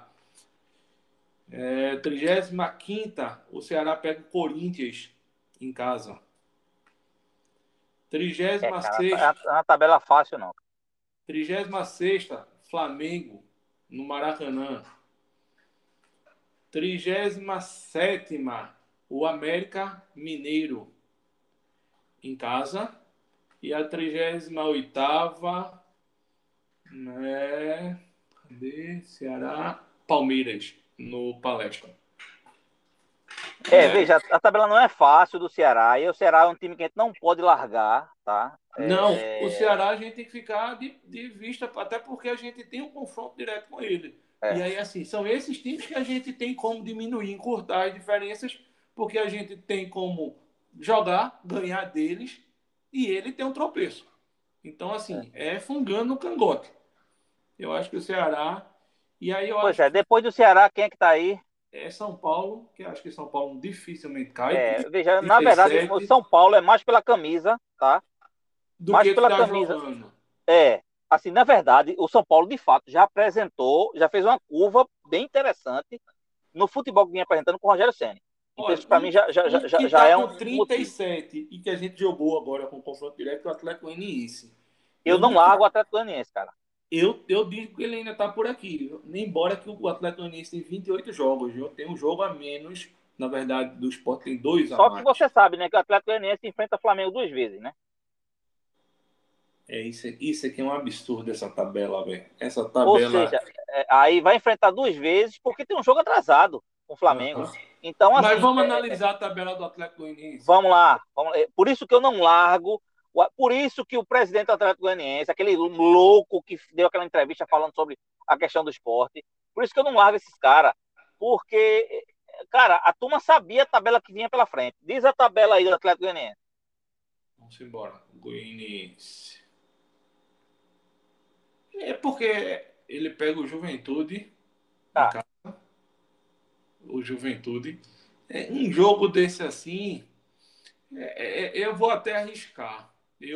35ª, o Ceará pega o Corinthians em casa. Cara, 36ª, é uma tabela fácil, não. 36ª, Flamengo no Maracanã. 37ª, o América Mineiro em casa. E a 38ª, né? Cadê? Ceará, Palmeiras no Palestra. Veja, a tabela não é fácil do Ceará, e o Ceará é um time que a gente não pode largar, tá? Não, o Ceará a gente tem que ficar de vista, até porque a gente tem um confronto direto com ele. E É, aí, assim, são esses times que a gente tem como diminuir, encurtar as diferenças, porque a gente tem como jogar, ganhar deles, e ele tem um tropeço. Então, assim, é fungando no cangote. Eu acho que o Ceará. E aí eu Pois acho é, que depois do Ceará, quem é que tá aí? é São Paulo, que eu acho que São Paulo dificilmente cai, Veja, na verdade, o 37, São Paulo é mais pela camisa, tá? do Mais que pela está camisa. jogando. Assim, na verdade, o São Paulo, de fato, já apresentou, já fez uma curva bem interessante no futebol que vinha apresentando com o Rogério Ceni. Então, Olha, isso para mim um que já está é com um motivo. 37 e que a gente jogou agora com o confronto direto é o Atlético Goianiense. Eu Eu não não largo o Atlético Goianiense, cara. eu digo que ele ainda está por aqui. Embora que o Atlético Goianiense tem 28 jogos, viu? Tem um jogo a menos. Na verdade, do Sport tem 2 a Só que mais. você sabe, né, que o Atlético Goianiense enfrenta o Flamengo 2 vezes, né? Isso aqui é um absurdo, essa tabela, velho. Essa Ou tabela. seja, aí vai enfrentar 2 vezes porque tem um jogo atrasado com o Flamengo. Aham. Então, Mas assim, vamos analisar a tabela do Atlético Goianiense. vamos lá. Por isso que eu não largo. Por isso que o presidente do Atlético Goianiense, aquele louco que deu aquela entrevista falando sobre a questão do esporte, por isso que eu não largo esses caras. Porque, cara, a turma sabia a tabela que vinha pela frente. Diz a tabela aí do Atlético Goianiense. Vamos embora. Goianiense. É porque ele pega o Juventude em Tá. casa. O Juventude. Um jogo desse assim, eu vou até arriscar.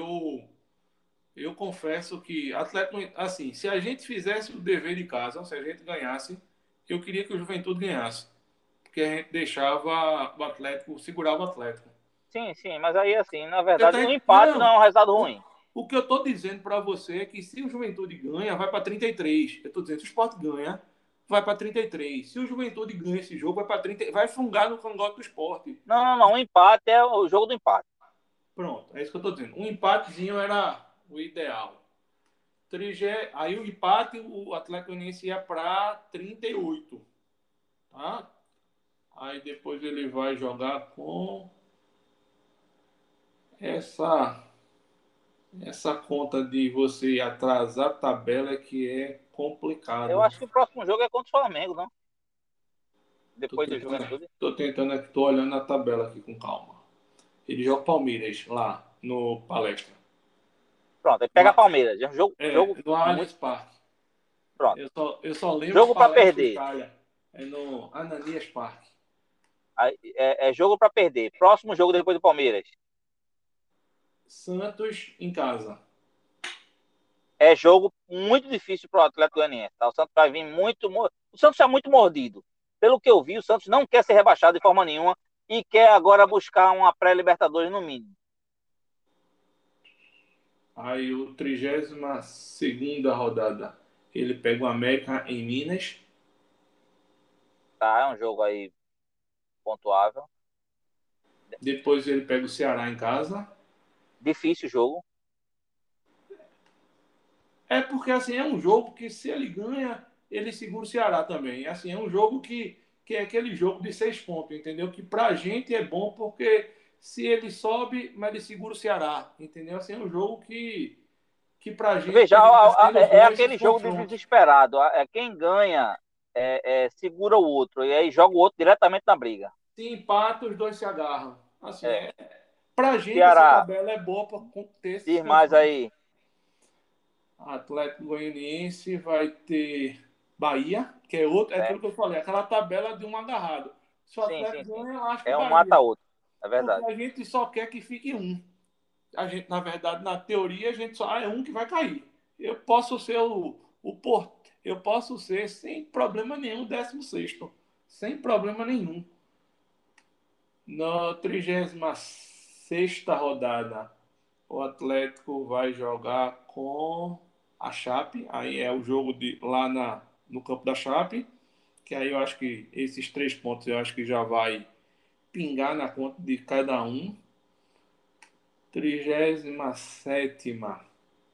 Eu confesso que Atlético, assim, se a gente fizesse o dever de casa, se a gente ganhasse, eu queria que o Juventude ganhasse, porque a gente deixava o Atlético, segurava o Atlético. Sim, sim, mas aí, assim, na Você verdade, tá, o empate não não, é um resultado o, ruim. o que eu estou dizendo para você é que se o Juventude ganha, vai para 33. Eu estou dizendo, se o Sport ganha, vai para 33. Se o Juventude ganha esse jogo, vai para 30, vai fungar no cangote do Sport. Não, não, não. O empate é o jogo do empate. Pronto, é isso que eu estou dizendo. Um empatezinho era o ideal. Aí o empate, o Atlético Goianiense ia para 38. Tá? Aí depois ele vai jogar com essa essa conta de você atrasar a tabela que é Eu complicado. acho que o próximo jogo é contra o Flamengo, não? Tô Depois do tentando, Juventude. tô tentando aqui, tô olhando a tabela aqui com calma. Ele joga Palmeiras lá no Palestra. Pronto, aí pega No, Palmeiras. É um jogo no muito. Allianz Parque. Pronto. Eu só lembro Jogo para Palestra perder. Itália. É no Ananias Parque. Aí, é jogo para perder. Próximo jogo depois do Palmeiras. Santos em casa. É jogo muito difícil para o Atlético Goianiense. Tá? O Santos vai vir muito. O Santos está muito mordido. Pelo que eu vi, o Santos não quer ser rebaixado de forma nenhuma e quer agora buscar uma pré-Libertadores no mínimo. Aí o 32ª rodada. Ele pega o América em Minas. Tá? É um jogo aí pontuável. Depois ele pega o Ceará em casa. Difícil jogo. É porque assim é um jogo que se ele ganha, ele segura o Ceará também. Assim, é um jogo que é aquele jogo de 6 pontos, entendeu? Que pra gente é bom porque se ele sobe, mas ele segura o Ceará, entendeu? Assim, é um jogo que pra gente, que Veja, a gente tá sendo é bom esses aquele jogo de confrontos. desesperado. Quem ganha segura o outro e aí joga o outro diretamente na briga. Se empata, os dois se agarram. Assim, É. pra gente essa Ceará, tabela é boa para ter esses diz mais confrontos. aí. Atlético Goianiense vai ter Bahia, que é outro, é aquilo Certo? que eu falei, aquela tabela de um agarrado. Se o Sim, sim, Atlético sim. ganha, eu acho que É um Bahia. mata-outro. É Porque verdade. a gente só quer que fique um. A gente, na verdade, na teoria, a gente só é um que vai cair. Eu posso ser eu posso ser sem problema nenhum 16º. Sem problema nenhum. Na 36ª rodada, o Atlético vai jogar com a Chape. Aí é o jogo lá no campo da Chape. Que aí eu acho que esses 3 pontos eu acho que já vai pingar na conta de cada um. 37ª,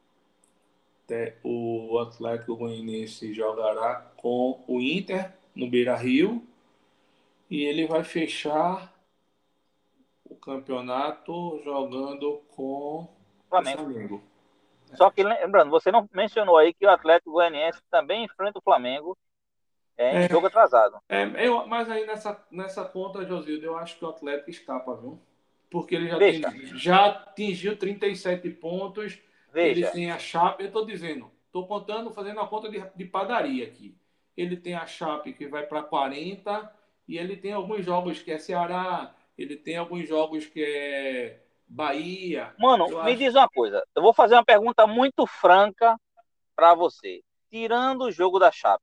o Atlético Goianiense jogará com o Inter no Beira-Rio e ele vai fechar o campeonato jogando com o Flamengo. Flamengo. Só que, lembrando, você não mencionou aí que o Atlético Goianiense também enfrenta o Flamengo em É, jogo atrasado. mas aí nessa conta, Josildo, eu acho que o Atlético escapa, viu? Porque ele Veja, já atingiu 37 pontos, ele veja. tem a Chape, eu estou dizendo, estou contando, fazendo a conta de padaria aqui. Ele tem a Chape que vai para 40 e ele tem alguns jogos que é Ceará, ele tem alguns jogos que é Bahia. Mano, Eu me acho. diz uma coisa. Eu vou fazer uma pergunta muito franca para você. Tirando o jogo da Chape,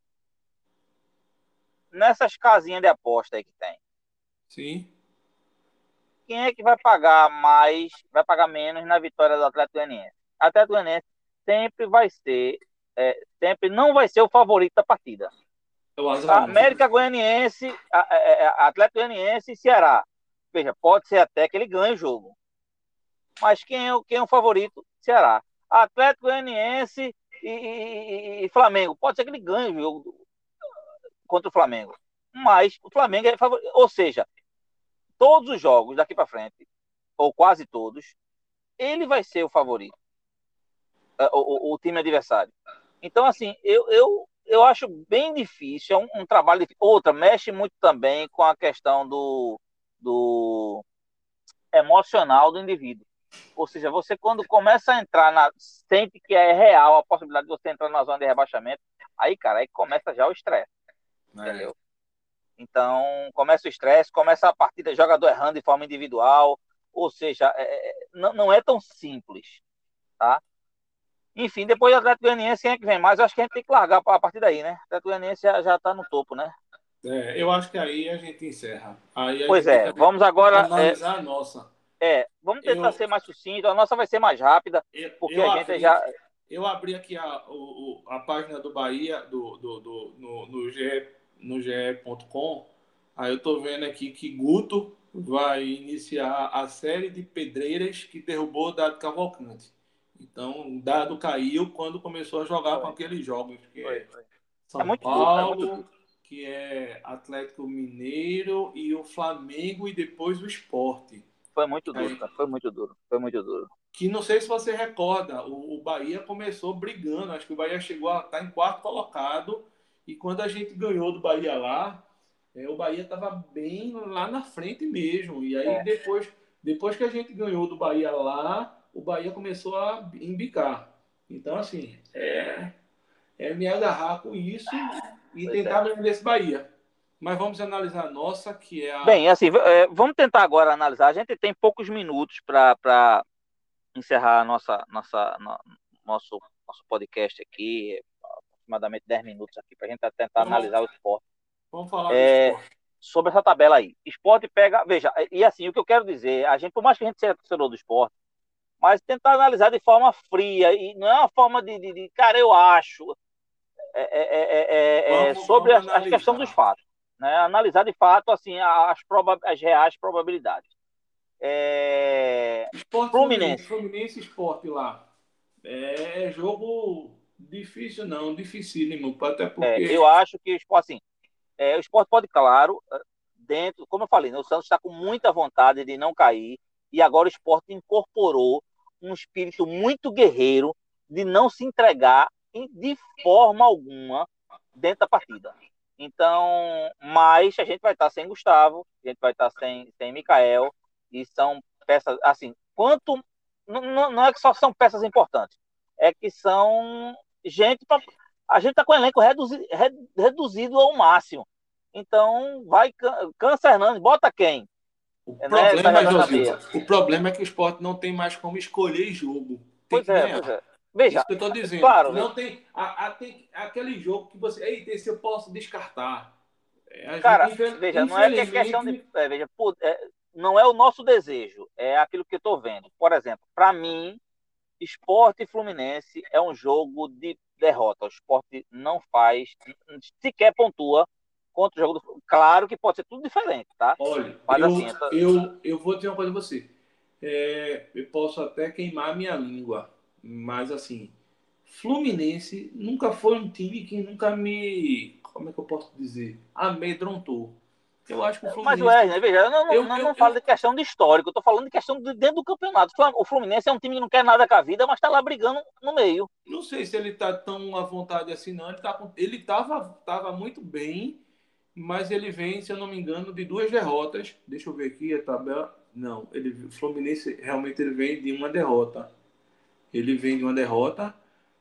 nessas casinhas de aposta aí que tem, Sim. quem é que vai pagar mais, vai pagar menos na vitória do Atlético Goianiense? O Atlético Goianiense sempre vai ser, sempre não vai ser o favorito da partida. É o azarão. América Goianiense, Atlético Goianiense e Ceará. Veja, pode ser até que ele ganhe o jogo. Mas quem é o favorito? Ceará. Atlético Goianiense e Flamengo. Pode ser que ele ganhe o jogo contra o Flamengo. Mas o Flamengo é favorito. Ou seja, todos os jogos daqui para frente, ou quase todos, ele vai ser o favorito, o time adversário. Então, assim, eu acho bem difícil, é um trabalho difícil. Outra, mexe muito também com a questão do emocional do indivíduo. Ou seja, você quando começa a entrar sente que é real a possibilidade de você entrar na zona de rebaixamento, aí, cara, aí começa já o estresse, entendeu? Então, começa o estresse, começa a partida, jogador errando de forma individual, ou seja, não é tão simples, tá? Enfim, depois do Atlético Goianiense, quem é que vem mais? Eu acho que a gente tem que largar a partir daí, né? O Atlético Goianiense já tá no topo, né? Eu acho que aí a gente encerra. Aí a Pois gente tem é, que vamos agora. analisar a nossa. Vamos tentar Eu, ser mais sucinto, a nossa vai ser mais rápida, eu, porque eu a gente abri, já. eu abri aqui a página do Bahia no GE, no ge.com. Aí eu tô vendo aqui que Guto vai iniciar a série de pedreiras que derrubou o Dado Cavalcante. Então, o Dado caiu quando começou a jogar com Foi, aqueles jogos, que foi, é foi. É São muito duro, é muito Paulo, duro. que é Atlético Mineiro e o Flamengo e depois o Sport. Foi muito duro, Aí, cara. Foi muito duro. Foi muito duro. que não sei se você recorda, o Bahia começou brigando, acho que o Bahia chegou a estar em quarto colocado, e quando a gente ganhou do Bahia lá, o Bahia estava bem lá na frente mesmo. E aí É, depois que a gente ganhou do Bahia lá, o Bahia começou a embicar. Então, assim, me agarrar com isso e pois tentar é. vender esse Bahia. Mas vamos analisar a nossa, que é Bem, a. assim, vamos tentar agora analisar. A gente tem poucos minutos para encerrar nosso podcast aqui, aproximadamente 10 minutos aqui, para a gente tentar Então, vamos, analisar o esporte. vamos falar do É, esporte. sobre essa tabela aí. Esporte pega. Veja, e assim, o que eu quero dizer, a gente, por mais que a gente seja torcedor do esporte, mas tentar analisar de forma fria, e não é uma forma cara, eu acho, sobre Vamos a questão dos analisar. fatos. Né? Analisar de fato assim, as reais probabilidades. Esporte Fluminense, Fluminense. Fluminense Esporte lá. É jogo difícil, não, dificílimo, até Eu porque. acho que assim, o esporte pode, claro, dentro, como eu falei, né, o Santos está com muita vontade de não cair, e agora o esporte incorporou um espírito muito guerreiro de não se entregar de forma alguma dentro da partida. Então, mas a gente vai estar sem Gustavo, a gente vai estar sem Mikael, e são peças, assim, quanto. Não é que só são peças importantes, é que são gente pra, a gente está com o elenco reduzido ao máximo. Então, vai Câncer Hernandes, bota quem? O Né? Ele tá problema, jogando na Josildo, meia. o problema é que o esporte não tem mais como escolher jogo. Tem Pois que é, pois ganhar. é. Veja, Isso que eu estou dizendo. claro, Não tem, tem aquele jogo que você. Eita, esse eu posso descartar. A gente, cara, veja, não é que é questão de. infelizmente. Veja, não é o nosso desejo, é aquilo que eu estou vendo. Por exemplo, para mim, Sport e Fluminense é um jogo de derrota. O Sport não faz, sequer pontua contra o jogo do. Claro que pode ser tudo diferente, tá? Olha, Mas assim, eu vou dizer uma coisa a você. Eu posso até queimar minha língua, mas assim, Fluminense nunca foi um time que nunca me, como é que eu posso dizer, amedrontou. Eu acho que o mas o Fluminense, Wesley, veja, eu não falo eu de questão de histórico, eu tô falando de questão de dentro do campeonato. O Fluminense é um time que não quer nada com a vida, mas tá lá brigando no meio. não sei se ele tá tão à vontade assim, não. Ele tava muito bem, mas ele vem, se eu não me engano, de duas derrotas. Deixa eu ver aqui a tabela. Não, o Fluminense realmente ele vem de uma derrota. Ele vem de uma derrota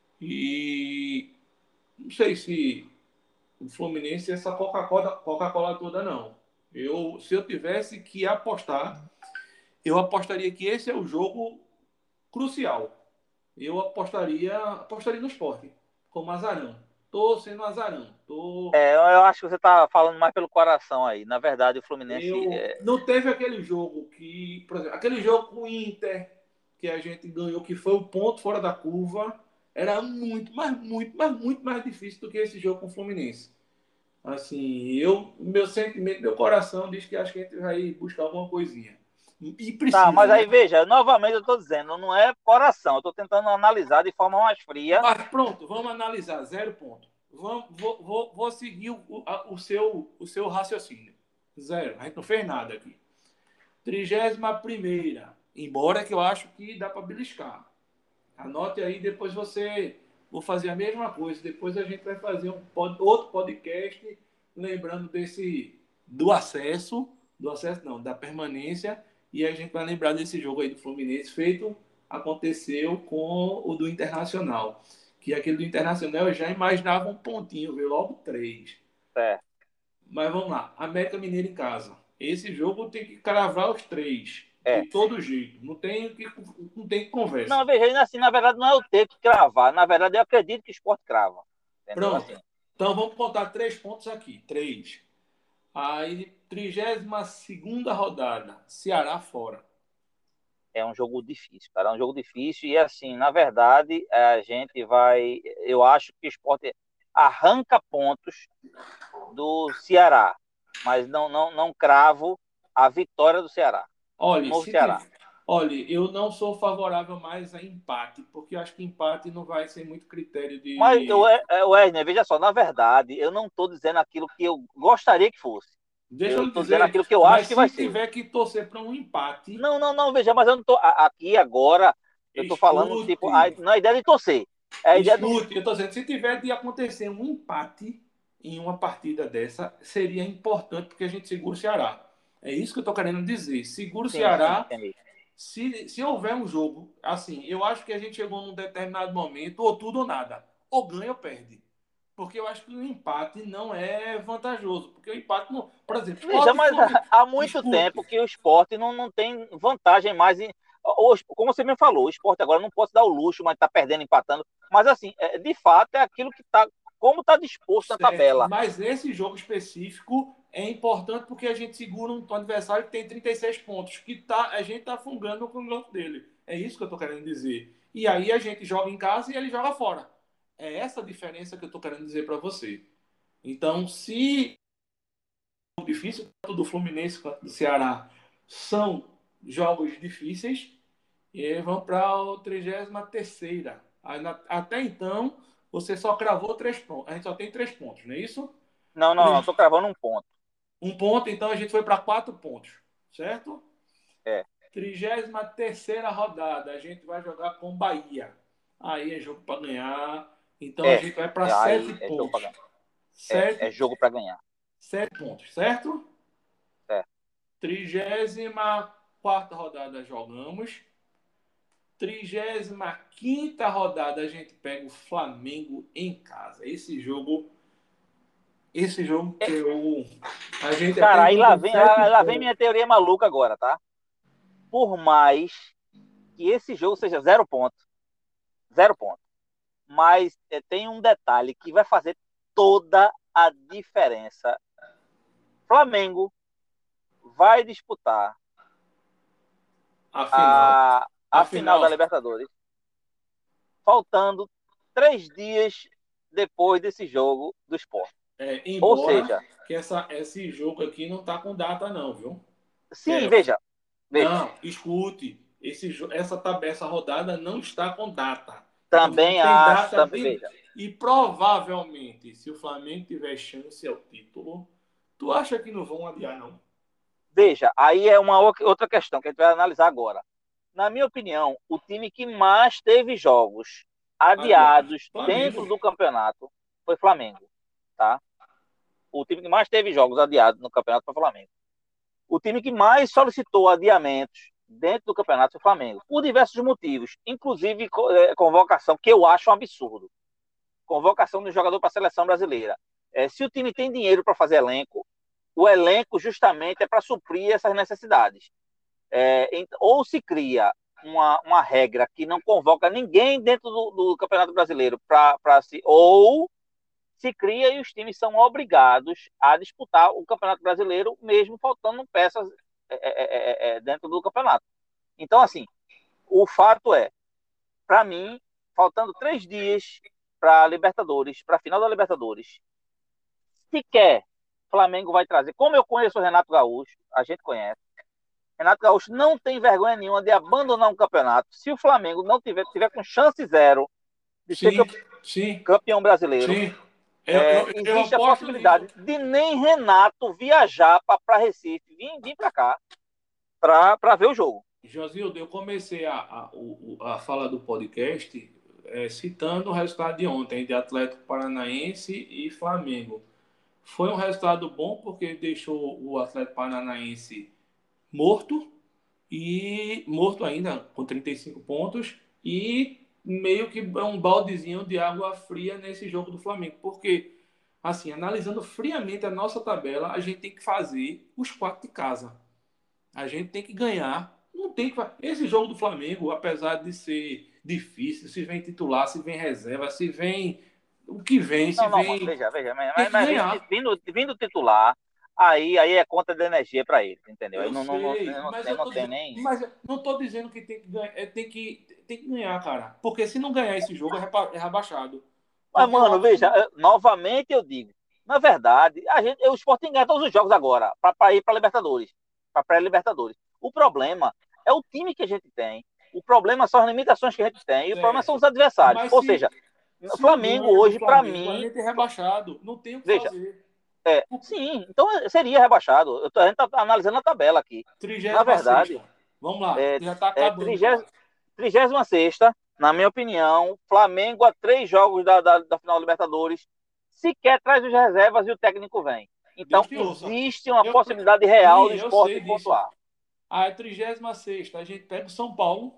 e não sei se o Fluminense é essa Coca-Cola toda, não. Se eu tivesse que apostar, eu apostaria que esse é o jogo crucial. Eu apostaria no esporte, como azarão. Tô sendo azarão. Eu acho que você tá falando mais pelo coração aí. Na verdade, o Fluminense. Não teve aquele jogo que, por exemplo, aquele jogo com o Inter que a gente ganhou, que foi o ponto fora da curva, era muito mais difícil do que esse jogo com o Fluminense. Assim, meu sentimento, meu coração diz que acho que a gente vai buscar alguma coisinha. E Tá, precisa, mas né? aí veja, novamente eu estou dizendo, não é coração, eu estou tentando analisar de forma mais fria. Mas pronto, vamos analisar, 0 ponto. Vou seguir o seu raciocínio. Zero. A gente não fez nada aqui. 31ª. Embora que eu acho que dá para beliscar. Anote aí, depois você. Vou fazer a mesma coisa. Depois a gente vai fazer outro podcast lembrando do acesso não, da permanência, e a gente vai lembrar desse jogo aí do Fluminense aconteceu com o do Internacional. Que aquele do Internacional eu já imaginava um pontinho, veio logo 3. É. Mas vamos lá, América Mineiro em casa. Esse jogo tem que cravar os 3, de É. todo jeito. Não tem Não, conversa. veja, assim, na verdade não é eu ter que cravar, na verdade eu acredito que o esporte crava. Entendeu? Pronto. Assim, Então vamos contar 3 pontos aqui. 3. Aí, 32ª rodada. Ceará fora. é um jogo difícil, cara. É um jogo difícil e, assim, na verdade, a gente vai. Eu acho que o esporte arranca pontos do Ceará, mas não cravo a vitória do Ceará, do Olha, novo Ceará. eu não sou favorável mais a empate, porque eu acho que empate não vai ser muito critério Mas, de. Wesley, veja só, na verdade, eu não estou dizendo aquilo que eu gostaria que fosse. Deixa Eu eu lhe estou dizendo dizer, aquilo que eu mas acho que vai se ser. tiver que torcer para um empate, Não, veja, mas eu não estou. Aqui agora, eu estou falando, tipo, escute, não é ideia de torcer. É a ideia do. escute, eu estou dizendo, se tiver de acontecer um empate em uma partida dessa, seria importante porque a gente segura o Ceará. É isso que eu estou querendo dizer. Segura o Sim, Ceará. entendi. Se houver um jogo, assim, eu acho que a gente chegou num determinado momento, ou tudo ou nada. Ou ganha ou perde. Porque eu acho que o empate não é vantajoso. Porque o empate não. Por exemplo, Veja, Sport e mas Fluminense. há muito Escute. tempo que o esporte não tem vantagem mais. Como você me falou, o esporte agora não pode dar o luxo, mas está perdendo, empatando. Mas, assim, de fato, é aquilo que está. Como está disposto na Certo. tabela. Mas nesse jogo específico é importante porque a gente segura um adversário que tem 36 pontos, a gente está fungando com o bloco dele. É isso que eu estou querendo dizer. E aí a gente joga em casa e ele joga fora. É essa a diferença que eu estou querendo dizer para você. Então, se difícil, tanto do Fluminense quanto do Ceará são jogos difíceis, e vão para a 33ª. Até então, você só cravou 3 pontos. A gente só tem 3 pontos, não é isso? Não, estou cravando um ponto. Um ponto, então a gente foi para 4 pontos, certo? É, 33ª rodada, a gente vai jogar com Bahia. Aí é jogo para ganhar. Então a é, gente vai para sete aí é jogo para pontos. ganhar. É Sete, jogo para ganhar. 7 pontos, certo? É. 34ª rodada jogamos. 35ª rodada a gente pega o Flamengo em casa. Esse jogo que a gente até Cara, aí manda lá um vem, 7 pontos. minha teoria maluca agora, tá? Por mais que esse jogo seja 0 ponto, 0 ponto. Mas tem um detalhe que vai fazer toda a diferença. Flamengo vai disputar Afinal, a final da afinal, Libertadores, faltando 3 dias depois desse jogo do Sport. Ou embora seja, que esse jogo aqui não tá com data não, viu? sim, É, veja, não, escute, essa rodada não está com data. Então não também tem acho, data também, de veja, e provavelmente, se o Flamengo tiver chance ao título, tu acha que não vão adiar não? aí é uma outra questão que a gente vai analisar agora. Na minha opinião, o time que mais teve jogos Adiar. adiados Flamengo. dentro do campeonato foi Flamengo, tá? O time que mais teve jogos adiados no campeonato foi o Flamengo. O time que mais solicitou adiamentos dentro do campeonato foi o Flamengo, por diversos motivos, inclusive convocação, que eu acho um absurdo. Convocação do jogador para a seleção brasileira. Se o time tem dinheiro para fazer elenco, o elenco justamente é para suprir essas necessidades. Ou se cria uma regra que não convoca ninguém dentro do Campeonato Brasileiro ou se cria e os times são obrigados a disputar o Campeonato Brasileiro, mesmo faltando peças dentro do campeonato. Então, assim, o fato para mim, faltando 3 dias para a Libertadores, para a final da Libertadores, sequer Flamengo vai trazer. Como eu conheço o Renato Gaúcho, a gente conhece, Renato Gaúcho não tem vergonha nenhuma de abandonar um campeonato. Se o Flamengo não tiver com chance zero de ser Sim, sim, campeão brasileiro, sim. Eu existe a aposto nisso. possibilidade de nem Renato viajar para Recife, vir para cá, para ver o jogo. Josildo, eu comecei a fala do podcast citando o resultado de ontem, de Atlético Paranaense e Flamengo. Foi um resultado bom porque deixou o Atlético Paranaense morto, e morto ainda com 35 pontos, e meio que um baldezinho de água fria nesse jogo do Flamengo, porque assim, analisando friamente a nossa tabela, a gente tem que fazer os quatro de casa. A gente tem que ganhar. Não tem que. Esse jogo do Flamengo, apesar de ser difícil, se vem titular, se vem reserva, se vem o que vem, se Não, mano, vem. veja, Tem que mas ganhar. vindo titular, aí é conta de energia para ele, entendeu? Aí Eu sei, mas não tem nem. mas eu não tô dizendo que tem que ganhar, tem que ganhar, cara. Porque se não ganhar esse jogo é rebaixado. Mas, Porque eu mano, acho que veja, novamente eu digo, na verdade, o Sport tem que ganhar todos os jogos agora, para ir para Libertadores, para pré-Libertadores. O problema é o time que a gente tem, o problema são as limitações que a gente tem, e o problema são certo. os adversários. Mas Ou seja, o se não Flamengo ganha do hoje, para Flamengo, a mim, gente é rebaixado. Não tem o que veja, fazer. sim, então seria rebaixado. A gente está analisando a tabela aqui. Na 36ª. verdade, Vamos lá, é, já tá é acabando já. 36ª, na minha opinião, Flamengo a 3 jogos da final da Libertadores, sequer traz os reservas e o técnico vem. Deus Então, te ouça. existe uma Eu, possibilidade real sim, do eu esporte sei disso. pontuar. A 36ª, a gente pega o São Paulo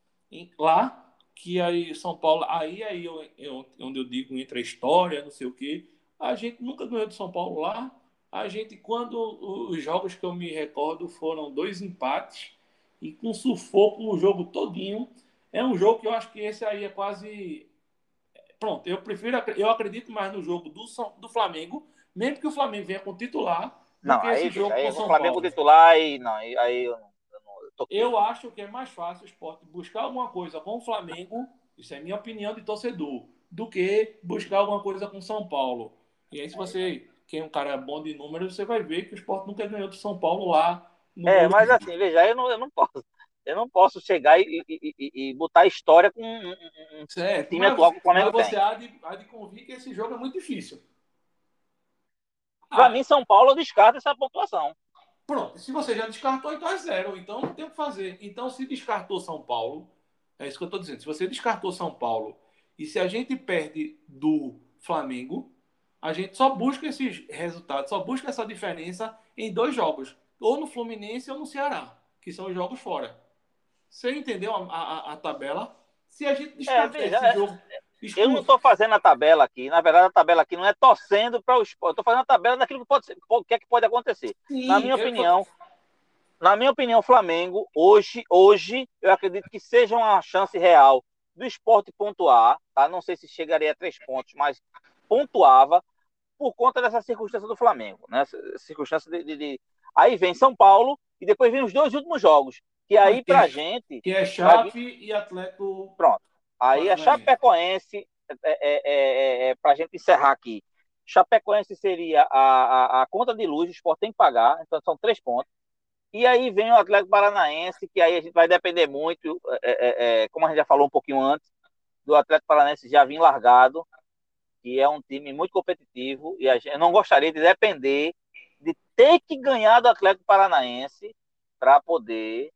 lá, que aí São Paulo, onde eu digo entre a história, não sei o quê. A gente nunca ganhou do São Paulo lá. A gente, quando os jogos que eu me recordo foram 2 empates e com sufoco o jogo todinho. É um jogo que eu acho que esse aí é quase. Pronto, eu acredito mais no jogo do Flamengo, mesmo que o Flamengo venha com titular, do Não, que aí, esse veja, jogo com aí o o São Flamengo Paulo. titular, aí, não, aí eu tô quieto. Eu acho que é mais fácil o esporte buscar alguma coisa com o Flamengo, isso é minha opinião de torcedor, do que buscar alguma coisa com o São Paulo. E aí, se você, quem é um cara bom de números, você vai ver que o esporte nunca ganhou do São Paulo lá no Mas Morumbi. assim, veja, eu não posso chegar e botar história com um Certo, time atual que o mas Flamengo você tem. há de convir que esse jogo é muito difícil. Para Ah, mim, São Paulo descarta essa pontuação. pronto, se você já descartou, então é zero. Então não tem o que fazer. Então, se descartou São Paulo, é isso que eu estou dizendo. Se você descartou São Paulo e se a gente perde do Flamengo, a gente só busca esses resultados, só busca essa diferença em 2 jogos, ou no Fluminense ou no Ceará, que são os jogos fora. Você entendeu a tabela? Se a gente descartar Veja, esse jogo, eu não escuta, estou fazendo a tabela aqui. Na verdade, a tabela aqui não é torcendo para o esporte. Eu estou fazendo a tabela daquilo que pode ser, o que é que pode acontecer. Na sim, minha opinião, na minha opinião, Flamengo, hoje, eu acredito que seja uma chance real do esporte pontuar, tá? Não sei se chegaria a 3 pontos, mas pontuava por conta dessa circunstância do Flamengo, né? Circunstância Aí vem São Paulo e depois vem os 2 últimos jogos, que aí pra gente que é vai vir, Chape e Atlético pronto. Aí a Paranaense. Chapecoense, pra gente encerrar aqui, Chapecoense seria a conta de luz, o Sport tem que pagar, então são 3 pontos. E aí vem o Atlético Paranaense, que aí a gente vai depender muito, como a gente já falou um pouquinho antes, do Atlético Paranaense já vir largado, que é um time muito competitivo, e eu não gostaria de depender de ter que ganhar do Atlético Paranaense para poder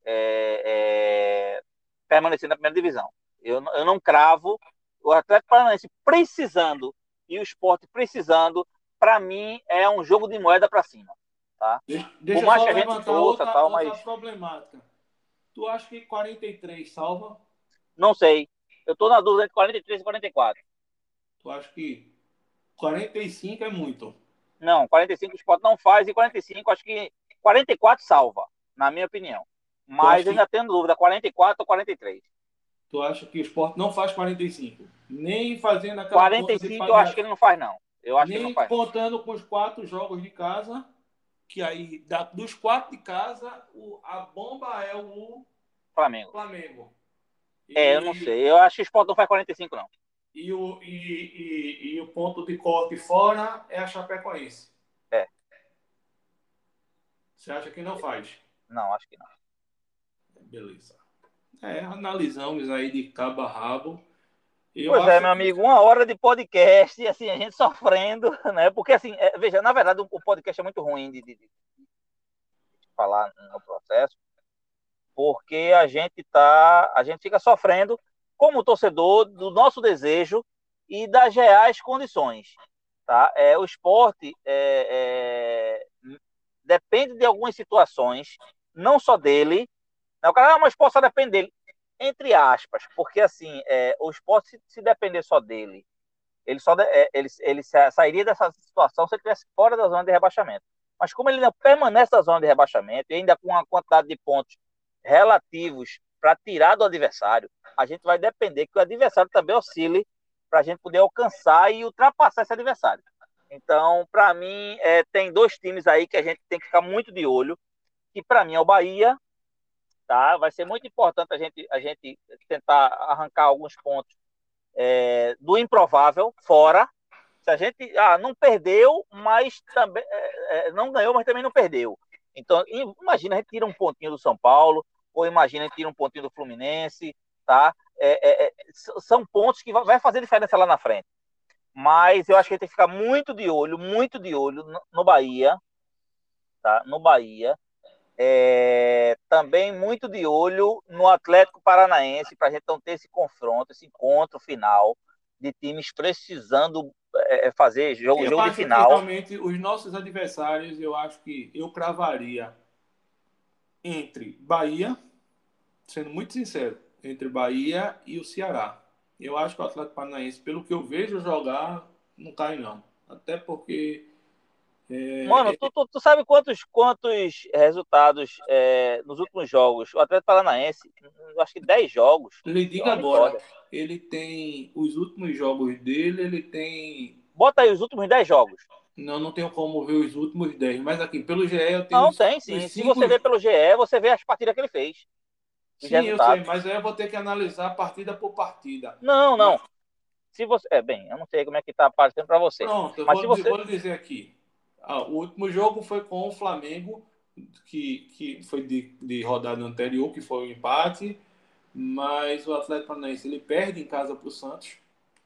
permanecer na primeira divisão. Eu não cravo o Atlético Paranaense precisando e o esporte precisando, para mim, é um jogo de moeda para cima. Tá? Por Deixa eu mais só que a gente levantar torça, tal, outra mas problemática. Tu acha que 43 salva? não sei. Eu estou na dúvida entre 43 e 44. Tu acha que 45 é muito? Não, 45 o Sport não faz e 45 acho que 44 salva, na minha opinião. Tu acha Mas que, ainda tendo dúvida, 44 ou 43. tu acha que o esporte não faz 45? Nem fazendo aquela conta de 45 eu acho que ele não faz, não. Eu acho que ele não nem faz, não. contando com os 4 jogos de casa, que aí dos 4 de casa, a bomba é o Flamengo. Flamengo. Eu não E, sei. Eu acho que o Sport não faz 45, não. e o ponto de corte fora é a Chapecoense. É. Você acha que não faz? Não, acho que não. Beleza. Analisamos aí de cabo a rabo. Eu Pois é, acho meu que amigo, 1 hora de podcast e assim, a gente sofrendo, né? Porque assim, veja, na verdade o podcast é muito ruim de falar no processo, porque a gente fica sofrendo como torcedor do nosso desejo e das reais condições, tá? O esporte depende de algumas situações, não só dele, né? O cara, mas o esporte só depende dele, entre aspas, porque assim, o esporte se depender só dele, ele sairia dessa situação se ele estivesse fora da zona de rebaixamento. Mas como ele não permanece na zona de rebaixamento, e ainda com uma quantidade de pontos relativos para tirar do adversário, a gente vai depender que o adversário também oscile para a gente poder alcançar e ultrapassar esse adversário. Então, para mim, tem 2 times aí que a gente tem que ficar muito de olho, que para mim é o Bahia, tá? Vai ser muito importante a gente tentar arrancar alguns pontos do improvável fora. Se a gente não perdeu, mas também não ganhou, mas também não perdeu. Então, imagina a gente tira um pontinho do São Paulo, ou imagina a gente tira um pontinho do Fluminense, tá? São pontos que vai fazer diferença lá na frente. Mas eu acho que a gente tem que ficar muito de olho no Bahia, tá? No Bahia. Também muito de olho no Atlético Paranaense, para a gente não ter esse confronto, esse encontro final de times precisando fazer eu jogo de acho que final. realmente os nossos adversários, eu acho que eu cravaria entre Bahia, sendo muito sincero, entre Bahia e o Ceará. Eu acho que o Atlético Paranaense, pelo que eu vejo jogar, não cai não. Até porque Mano, tu sabe quantos resultados nos últimos jogos? O Atlético Paranaense, acho que 10 jogos, lhe é digo uma agora, vitória. ele tem os últimos jogos dele, ele tem. Bota aí os últimos 10 jogos. Não, não tenho como ver os últimos 10, mas aqui, pelo GE, eu tenho Não, tem os sim. Se 5. você vê pelo GE, você vê as partidas que ele fez, os Sim, eu sei, resultados. mas aí eu vou ter que analisar partida por partida. Não, Mas não. Se você. Bem, eu não sei como é que tá aparecendo para você. pronto, eu Mas se você. vou lhe dizer aqui. O último jogo foi com o Flamengo, que foi de rodada anterior, que foi o empate, mas o Atlético Paranaense ele perde em casa para o Santos.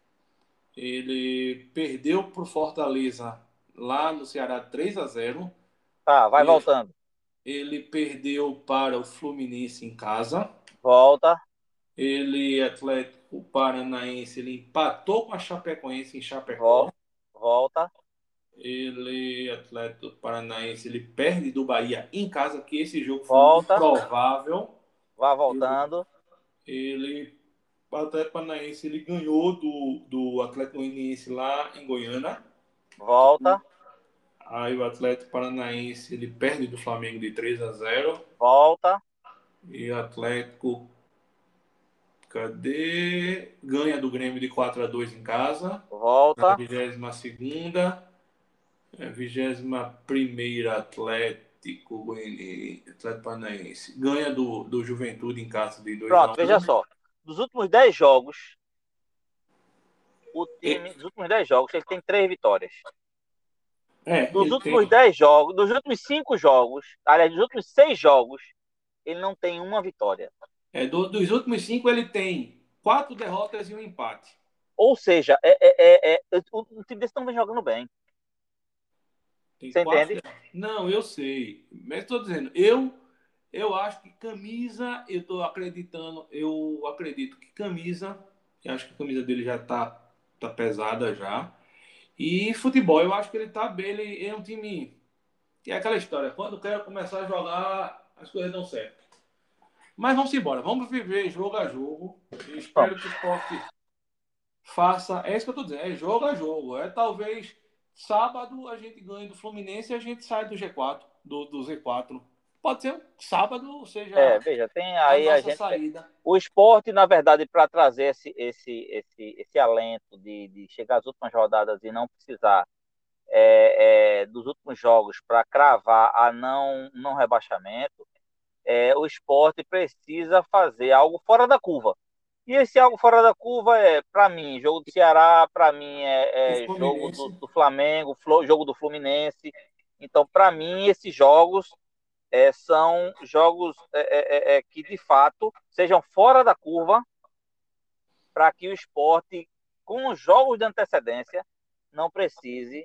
Ele perdeu para o Fortaleza lá no Ceará 3-0. Tá, vai Ele, voltando. ele perdeu para o Fluminense em casa. Volta, Ele, Atlético Paranaense, ele empatou com a Chapecoense em volta, Chapecó. volta, Ele, Atlético Paranaense, ele perde do Bahia em casa, que esse jogo foi volta, improvável. vai Ele, voltando, ele o Atlético Paranaense, ele ganhou do Atlético Goianiense lá em Goiânia. volta, Aí o Atlético Paranaense, ele perde do Flamengo de 3-0. volta, E o Atlético, cadê? Ganha do Grêmio de 4-2 em casa. Na volta, 22ª. 21ª Atlético Goianiense, Atlético Paranaense. Ganha do Juventude em casa de 2 a pronto, veja 1 só. Dos últimos 10 jogos, o E- time, dos últimos 10 jogos, ele tem 3 vitórias. Dos Ele tem. últimos 10 jogos, dos últimos 5 jogos, aliás, dos últimos 6 jogos, ele não tem uma vitória. Dos últimos 5, ele tem 4 derrotas e um empate. Ou seja, o time desse não vem jogando bem. Tem Você 4 entende? derrotas. Não, eu sei. Mas estou dizendo, eu acho que camisa, eu estou acreditando, eu acredito que camisa, eu acho que a camisa dele já tá pesada já. E futebol, eu acho que ele tá bem, ele é um time. E é aquela história, quando quer começar a jogar, as coisas dão certo. Mas vamos embora, vamos viver jogo a jogo. Eu espero que o Vamos. esporte faça. É isso que eu tô dizendo, é jogo a jogo. É talvez sábado a gente ganhe do Fluminense e a gente sai do G4, do Z4. Pode ser um sábado, seja Veja, tem a aí a nossa gente. saída. O esporte, na verdade, para trazer esse alento de chegar às últimas rodadas e não precisar dos últimos jogos para cravar a não rebaixamento, o esporte precisa fazer algo fora da curva. E esse algo fora da curva para mim, jogo do Ceará, para mim O jogo Fluminense. do Flamengo, jogo do Fluminense. Então, para mim, esses jogos são jogos que, de fato, sejam fora da curva para que o esporte, com os jogos de antecedência, não precise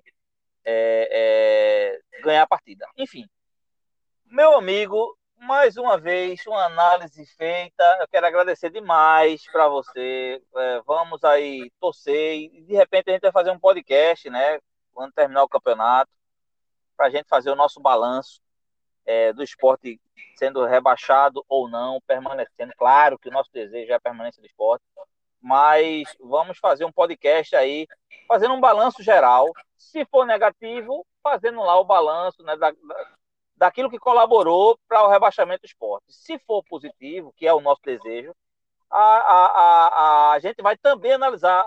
ganhar a partida. Enfim, meu amigo, mais uma vez, uma análise feita. Eu quero agradecer demais para você. Vamos aí torcer e, de repente, a gente vai fazer um podcast, né? Quando terminar o campeonato, para a gente fazer o nosso balanço do esporte sendo rebaixado ou não, permanecendo. Claro que o nosso desejo é a permanência do esporte, mas vamos fazer um podcast aí, fazendo um balanço geral. Se for negativo, fazendo lá o balanço, né, daquilo que colaborou para o rebaixamento do esporte. Se for positivo, que é o nosso desejo, a gente vai também analisar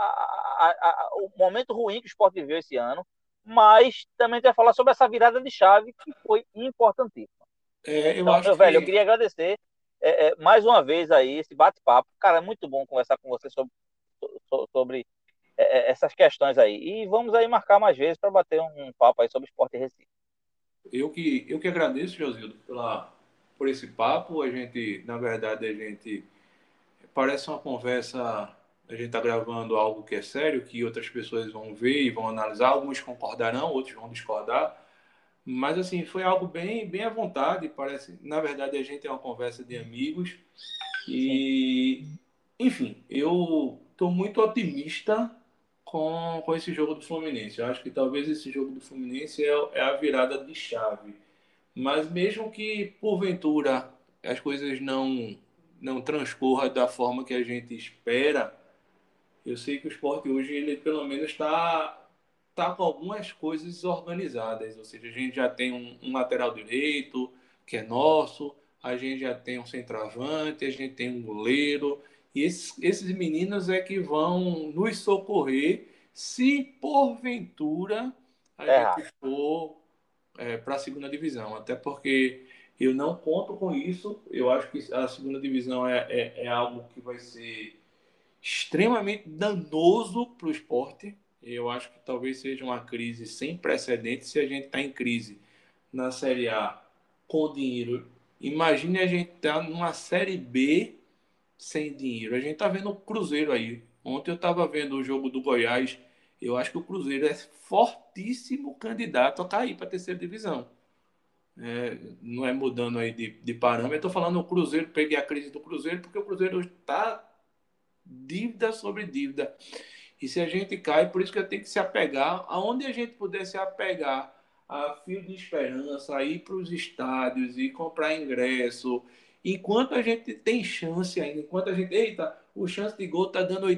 o momento ruim que o esporte viveu esse ano, mas também vai falar sobre essa virada de chave que foi importantíssima. Eu Então, acho meu velho, eu que queria agradecer mais uma vez aí esse bate-papo. Cara, é muito bom conversar com você sobre essas questões aí. E vamos aí marcar mais vezes para bater um papo aí sobre esporte em Recife. eu que agradeço, Josildo, por esse papo. A gente, na verdade, parece uma conversa. A gente está gravando algo que é sério, que outras pessoas vão ver e vão analisar. Alguns concordarão, outros vão discordar. Mas assim, foi algo bem à vontade. Parece, na verdade, a gente é uma conversa de amigos. Sim. E, enfim, eu estou muito otimista com esse jogo do Fluminense. Eu acho que talvez esse jogo do Fluminense é a virada de chave. Mas mesmo que, porventura, as coisas não transcorram da forma que a gente espera, eu sei que o esporte hoje, ele pelo menos tá com algumas coisas organizadas. Ou seja, a gente já tem um lateral direito, que é nosso, a gente já tem um centroavante, a gente tem um goleiro. E esses meninos é que vão nos socorrer se porventura a gente Errado. for para a segunda divisão. Até porque eu não conto com isso. Eu acho que a segunda divisão é algo que vai ser extremamente danoso para o esporte. Eu acho que talvez seja uma crise sem precedentes se a gente está em crise na Série A com dinheiro. Imagine a gente estar numa Série B sem dinheiro. A gente está vendo o Cruzeiro aí. Ontem eu estava vendo o jogo do Goiás. Eu acho que o Cruzeiro é fortíssimo candidato a cair para a terceira divisão. Não é mudando aí de parâmetro. Eu estou falando o Cruzeiro, peguei a crise do Cruzeiro, porque o Cruzeiro está dívida sobre dívida. E se a gente cai, por isso que eu tenho que se apegar, aonde a gente puder se apegar a fio de esperança, ir para os estádios e comprar ingresso, enquanto a gente tem chance ainda, enquanto a gente, eita, o chance de gol está dando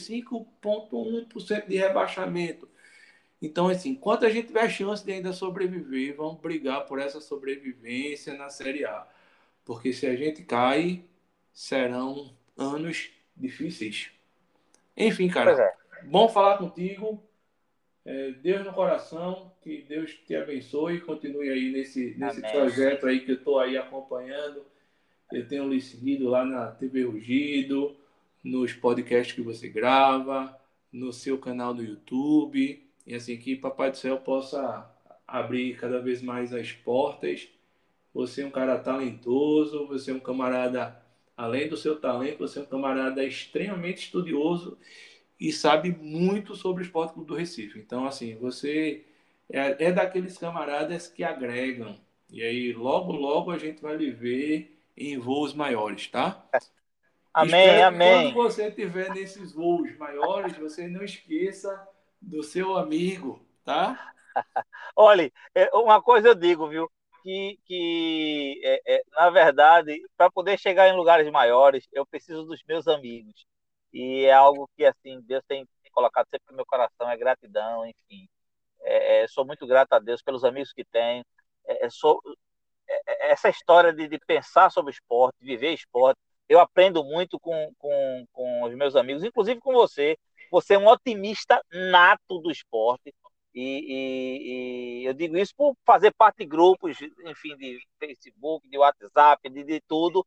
85,1% de rebaixamento. Então, assim, enquanto a gente tiver chance de ainda sobreviver, vamos brigar por essa sobrevivência na Série A. Porque se a gente cai, serão anos difíceis. Enfim, Pois cara, é. bom falar contigo. Deus no coração, que Deus te abençoe e continue aí nesse Amém. projeto aí que eu estou aí acompanhando. Eu tenho lhe seguido lá na TV Rugido, nos podcasts que você grava, no seu canal do YouTube. E assim que Papai do Céu possa abrir cada vez mais as portas. Você é um cara talentoso, você é um camarada, além do seu talento, você é um camarada extremamente estudioso e sabe muito sobre o Esporte Clube do Recife. Então, assim, você é daqueles camaradas que agregam. E aí, logo, logo a gente vai lhe ver em voos maiores, tá? Amém, Espero que quando amém. você estiver nesses voos maiores, você não esqueça do seu amigo, tá? Olha, uma coisa eu digo, viu? Na verdade, para poder chegar em lugares maiores, eu preciso dos meus amigos. E é algo que, assim, Deus tem colocado sempre no meu coração, é gratidão, enfim. Sou muito grato a Deus pelos amigos que tenho. Essa história de pensar sobre esporte, viver esporte, eu aprendo muito com os meus amigos, inclusive com você. Você é um otimista nato do esporte. E eu digo isso por fazer parte de grupos, enfim, de Facebook, de WhatsApp, de tudo.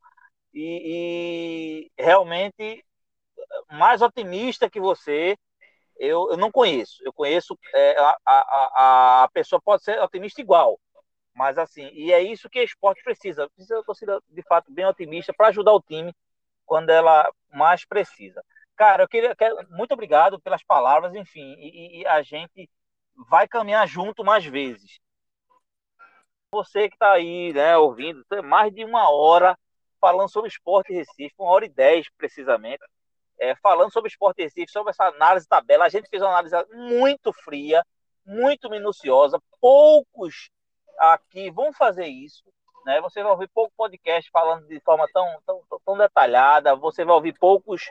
Realmente, mais otimista que você, eu não conheço. Eu conheço, a pessoa pode ser otimista igual, Mas assim, e é isso que o esporte precisa. Precisa de uma torcida, de fato, bem otimista para ajudar o time quando ela mais precisa. Cara, muito obrigado pelas palavras, enfim, e a gente vai caminhar junto mais vezes. Você que está aí, né, ouvindo, tem mais de uma hora falando sobre esporte Recife, 1h10 precisamente, falando sobre esporte Recife, sobre essa análise tabela. A gente fez uma análise muito fria, muito minuciosa. Poucos aqui vão fazer isso. Né? Você vai ouvir pouco podcast falando de forma tão detalhada. Você vai ouvir poucos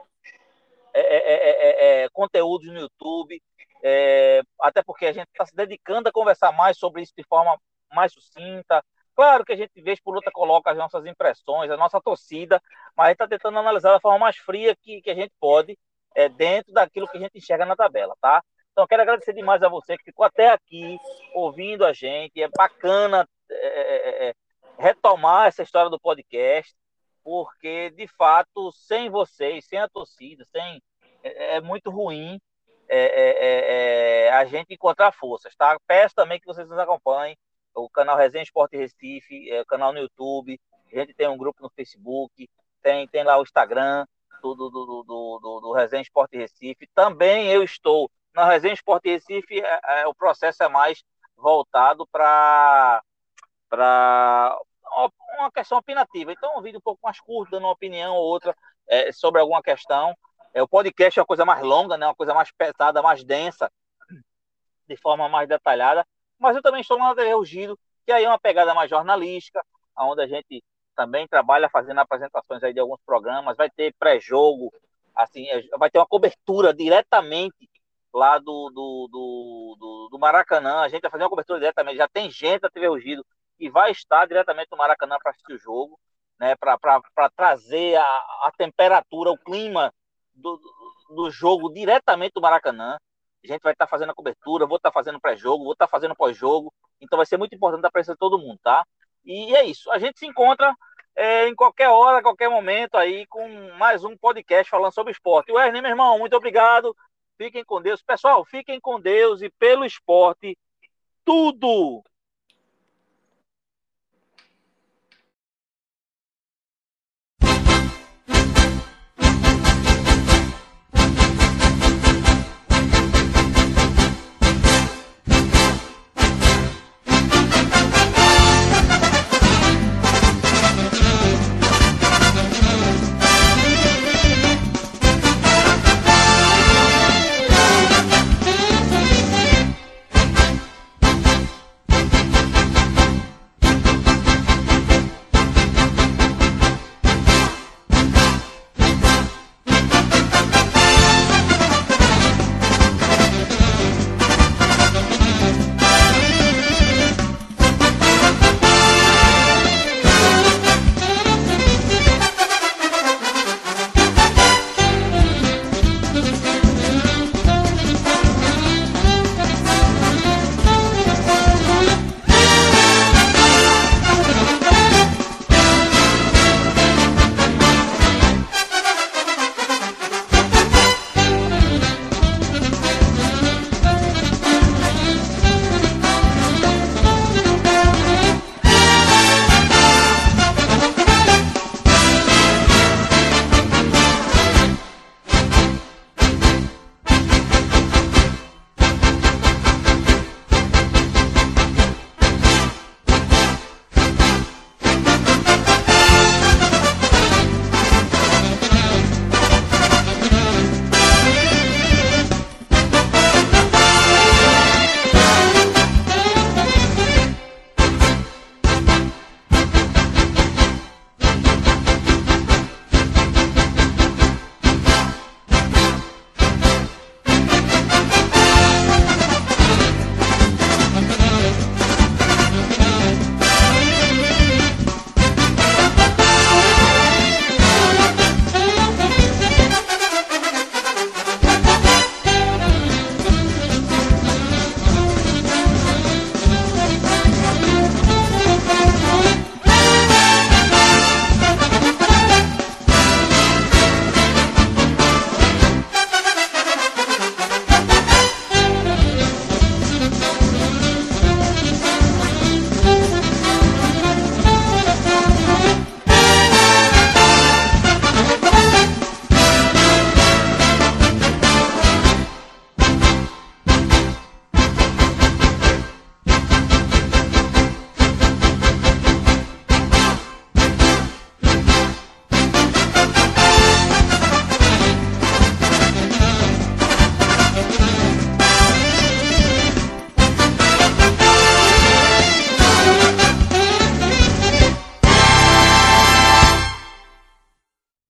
conteúdos no YouTube. Até porque a gente está se dedicando a conversar mais sobre isso de forma mais sucinta. Claro que a gente, vez por outra, coloca as nossas impressões, a nossa torcida, mas a gente está tentando analisar da forma mais fria que a gente pode, dentro daquilo que a gente enxerga na tabela, tá? Então, eu quero agradecer demais a você que ficou até aqui ouvindo a gente. É bacana retomar essa história do podcast, porque, de fato, sem vocês, sem a torcida, é muito ruim a gente encontrar forças, tá? Peço também que vocês nos acompanhem, o canal Resenha Esporte Recife, o canal no YouTube, a gente tem um grupo no Facebook, tem lá o Instagram do Resenha Esporte Recife. Também eu estou na Resenha Esporte Recife, o processo é mais voltado para uma questão opinativa. Então, um vídeo um pouco mais curto, dando uma opinião ou outra sobre alguma questão. O podcast é uma coisa mais longa, né? Uma coisa mais pesada, mais densa, de forma mais detalhada. Mas eu também estou na TV Rugido, que aí é uma pegada mais jornalística, onde a gente também trabalha fazendo apresentações aí de alguns programas. Vai ter pré-jogo, assim, vai ter uma cobertura diretamente lá do Maracanã. A gente vai fazer uma cobertura diretamente. Já tem gente da TV Rugido que vai estar diretamente no Maracanã para assistir o jogo, né, para trazer a temperatura, o clima do jogo diretamente do Maracanã. A gente vai estar fazendo a cobertura, vou estar fazendo pré-jogo, vou estar fazendo pós-jogo. Então vai ser muito importante a presença de todo mundo, tá? E é isso. A gente se encontra em qualquer hora, qualquer momento aí, com mais um podcast falando sobre esporte. Wesley, meu irmão, muito obrigado. Fiquem com Deus. Pessoal, fiquem com Deus e pelo esporte, tudo!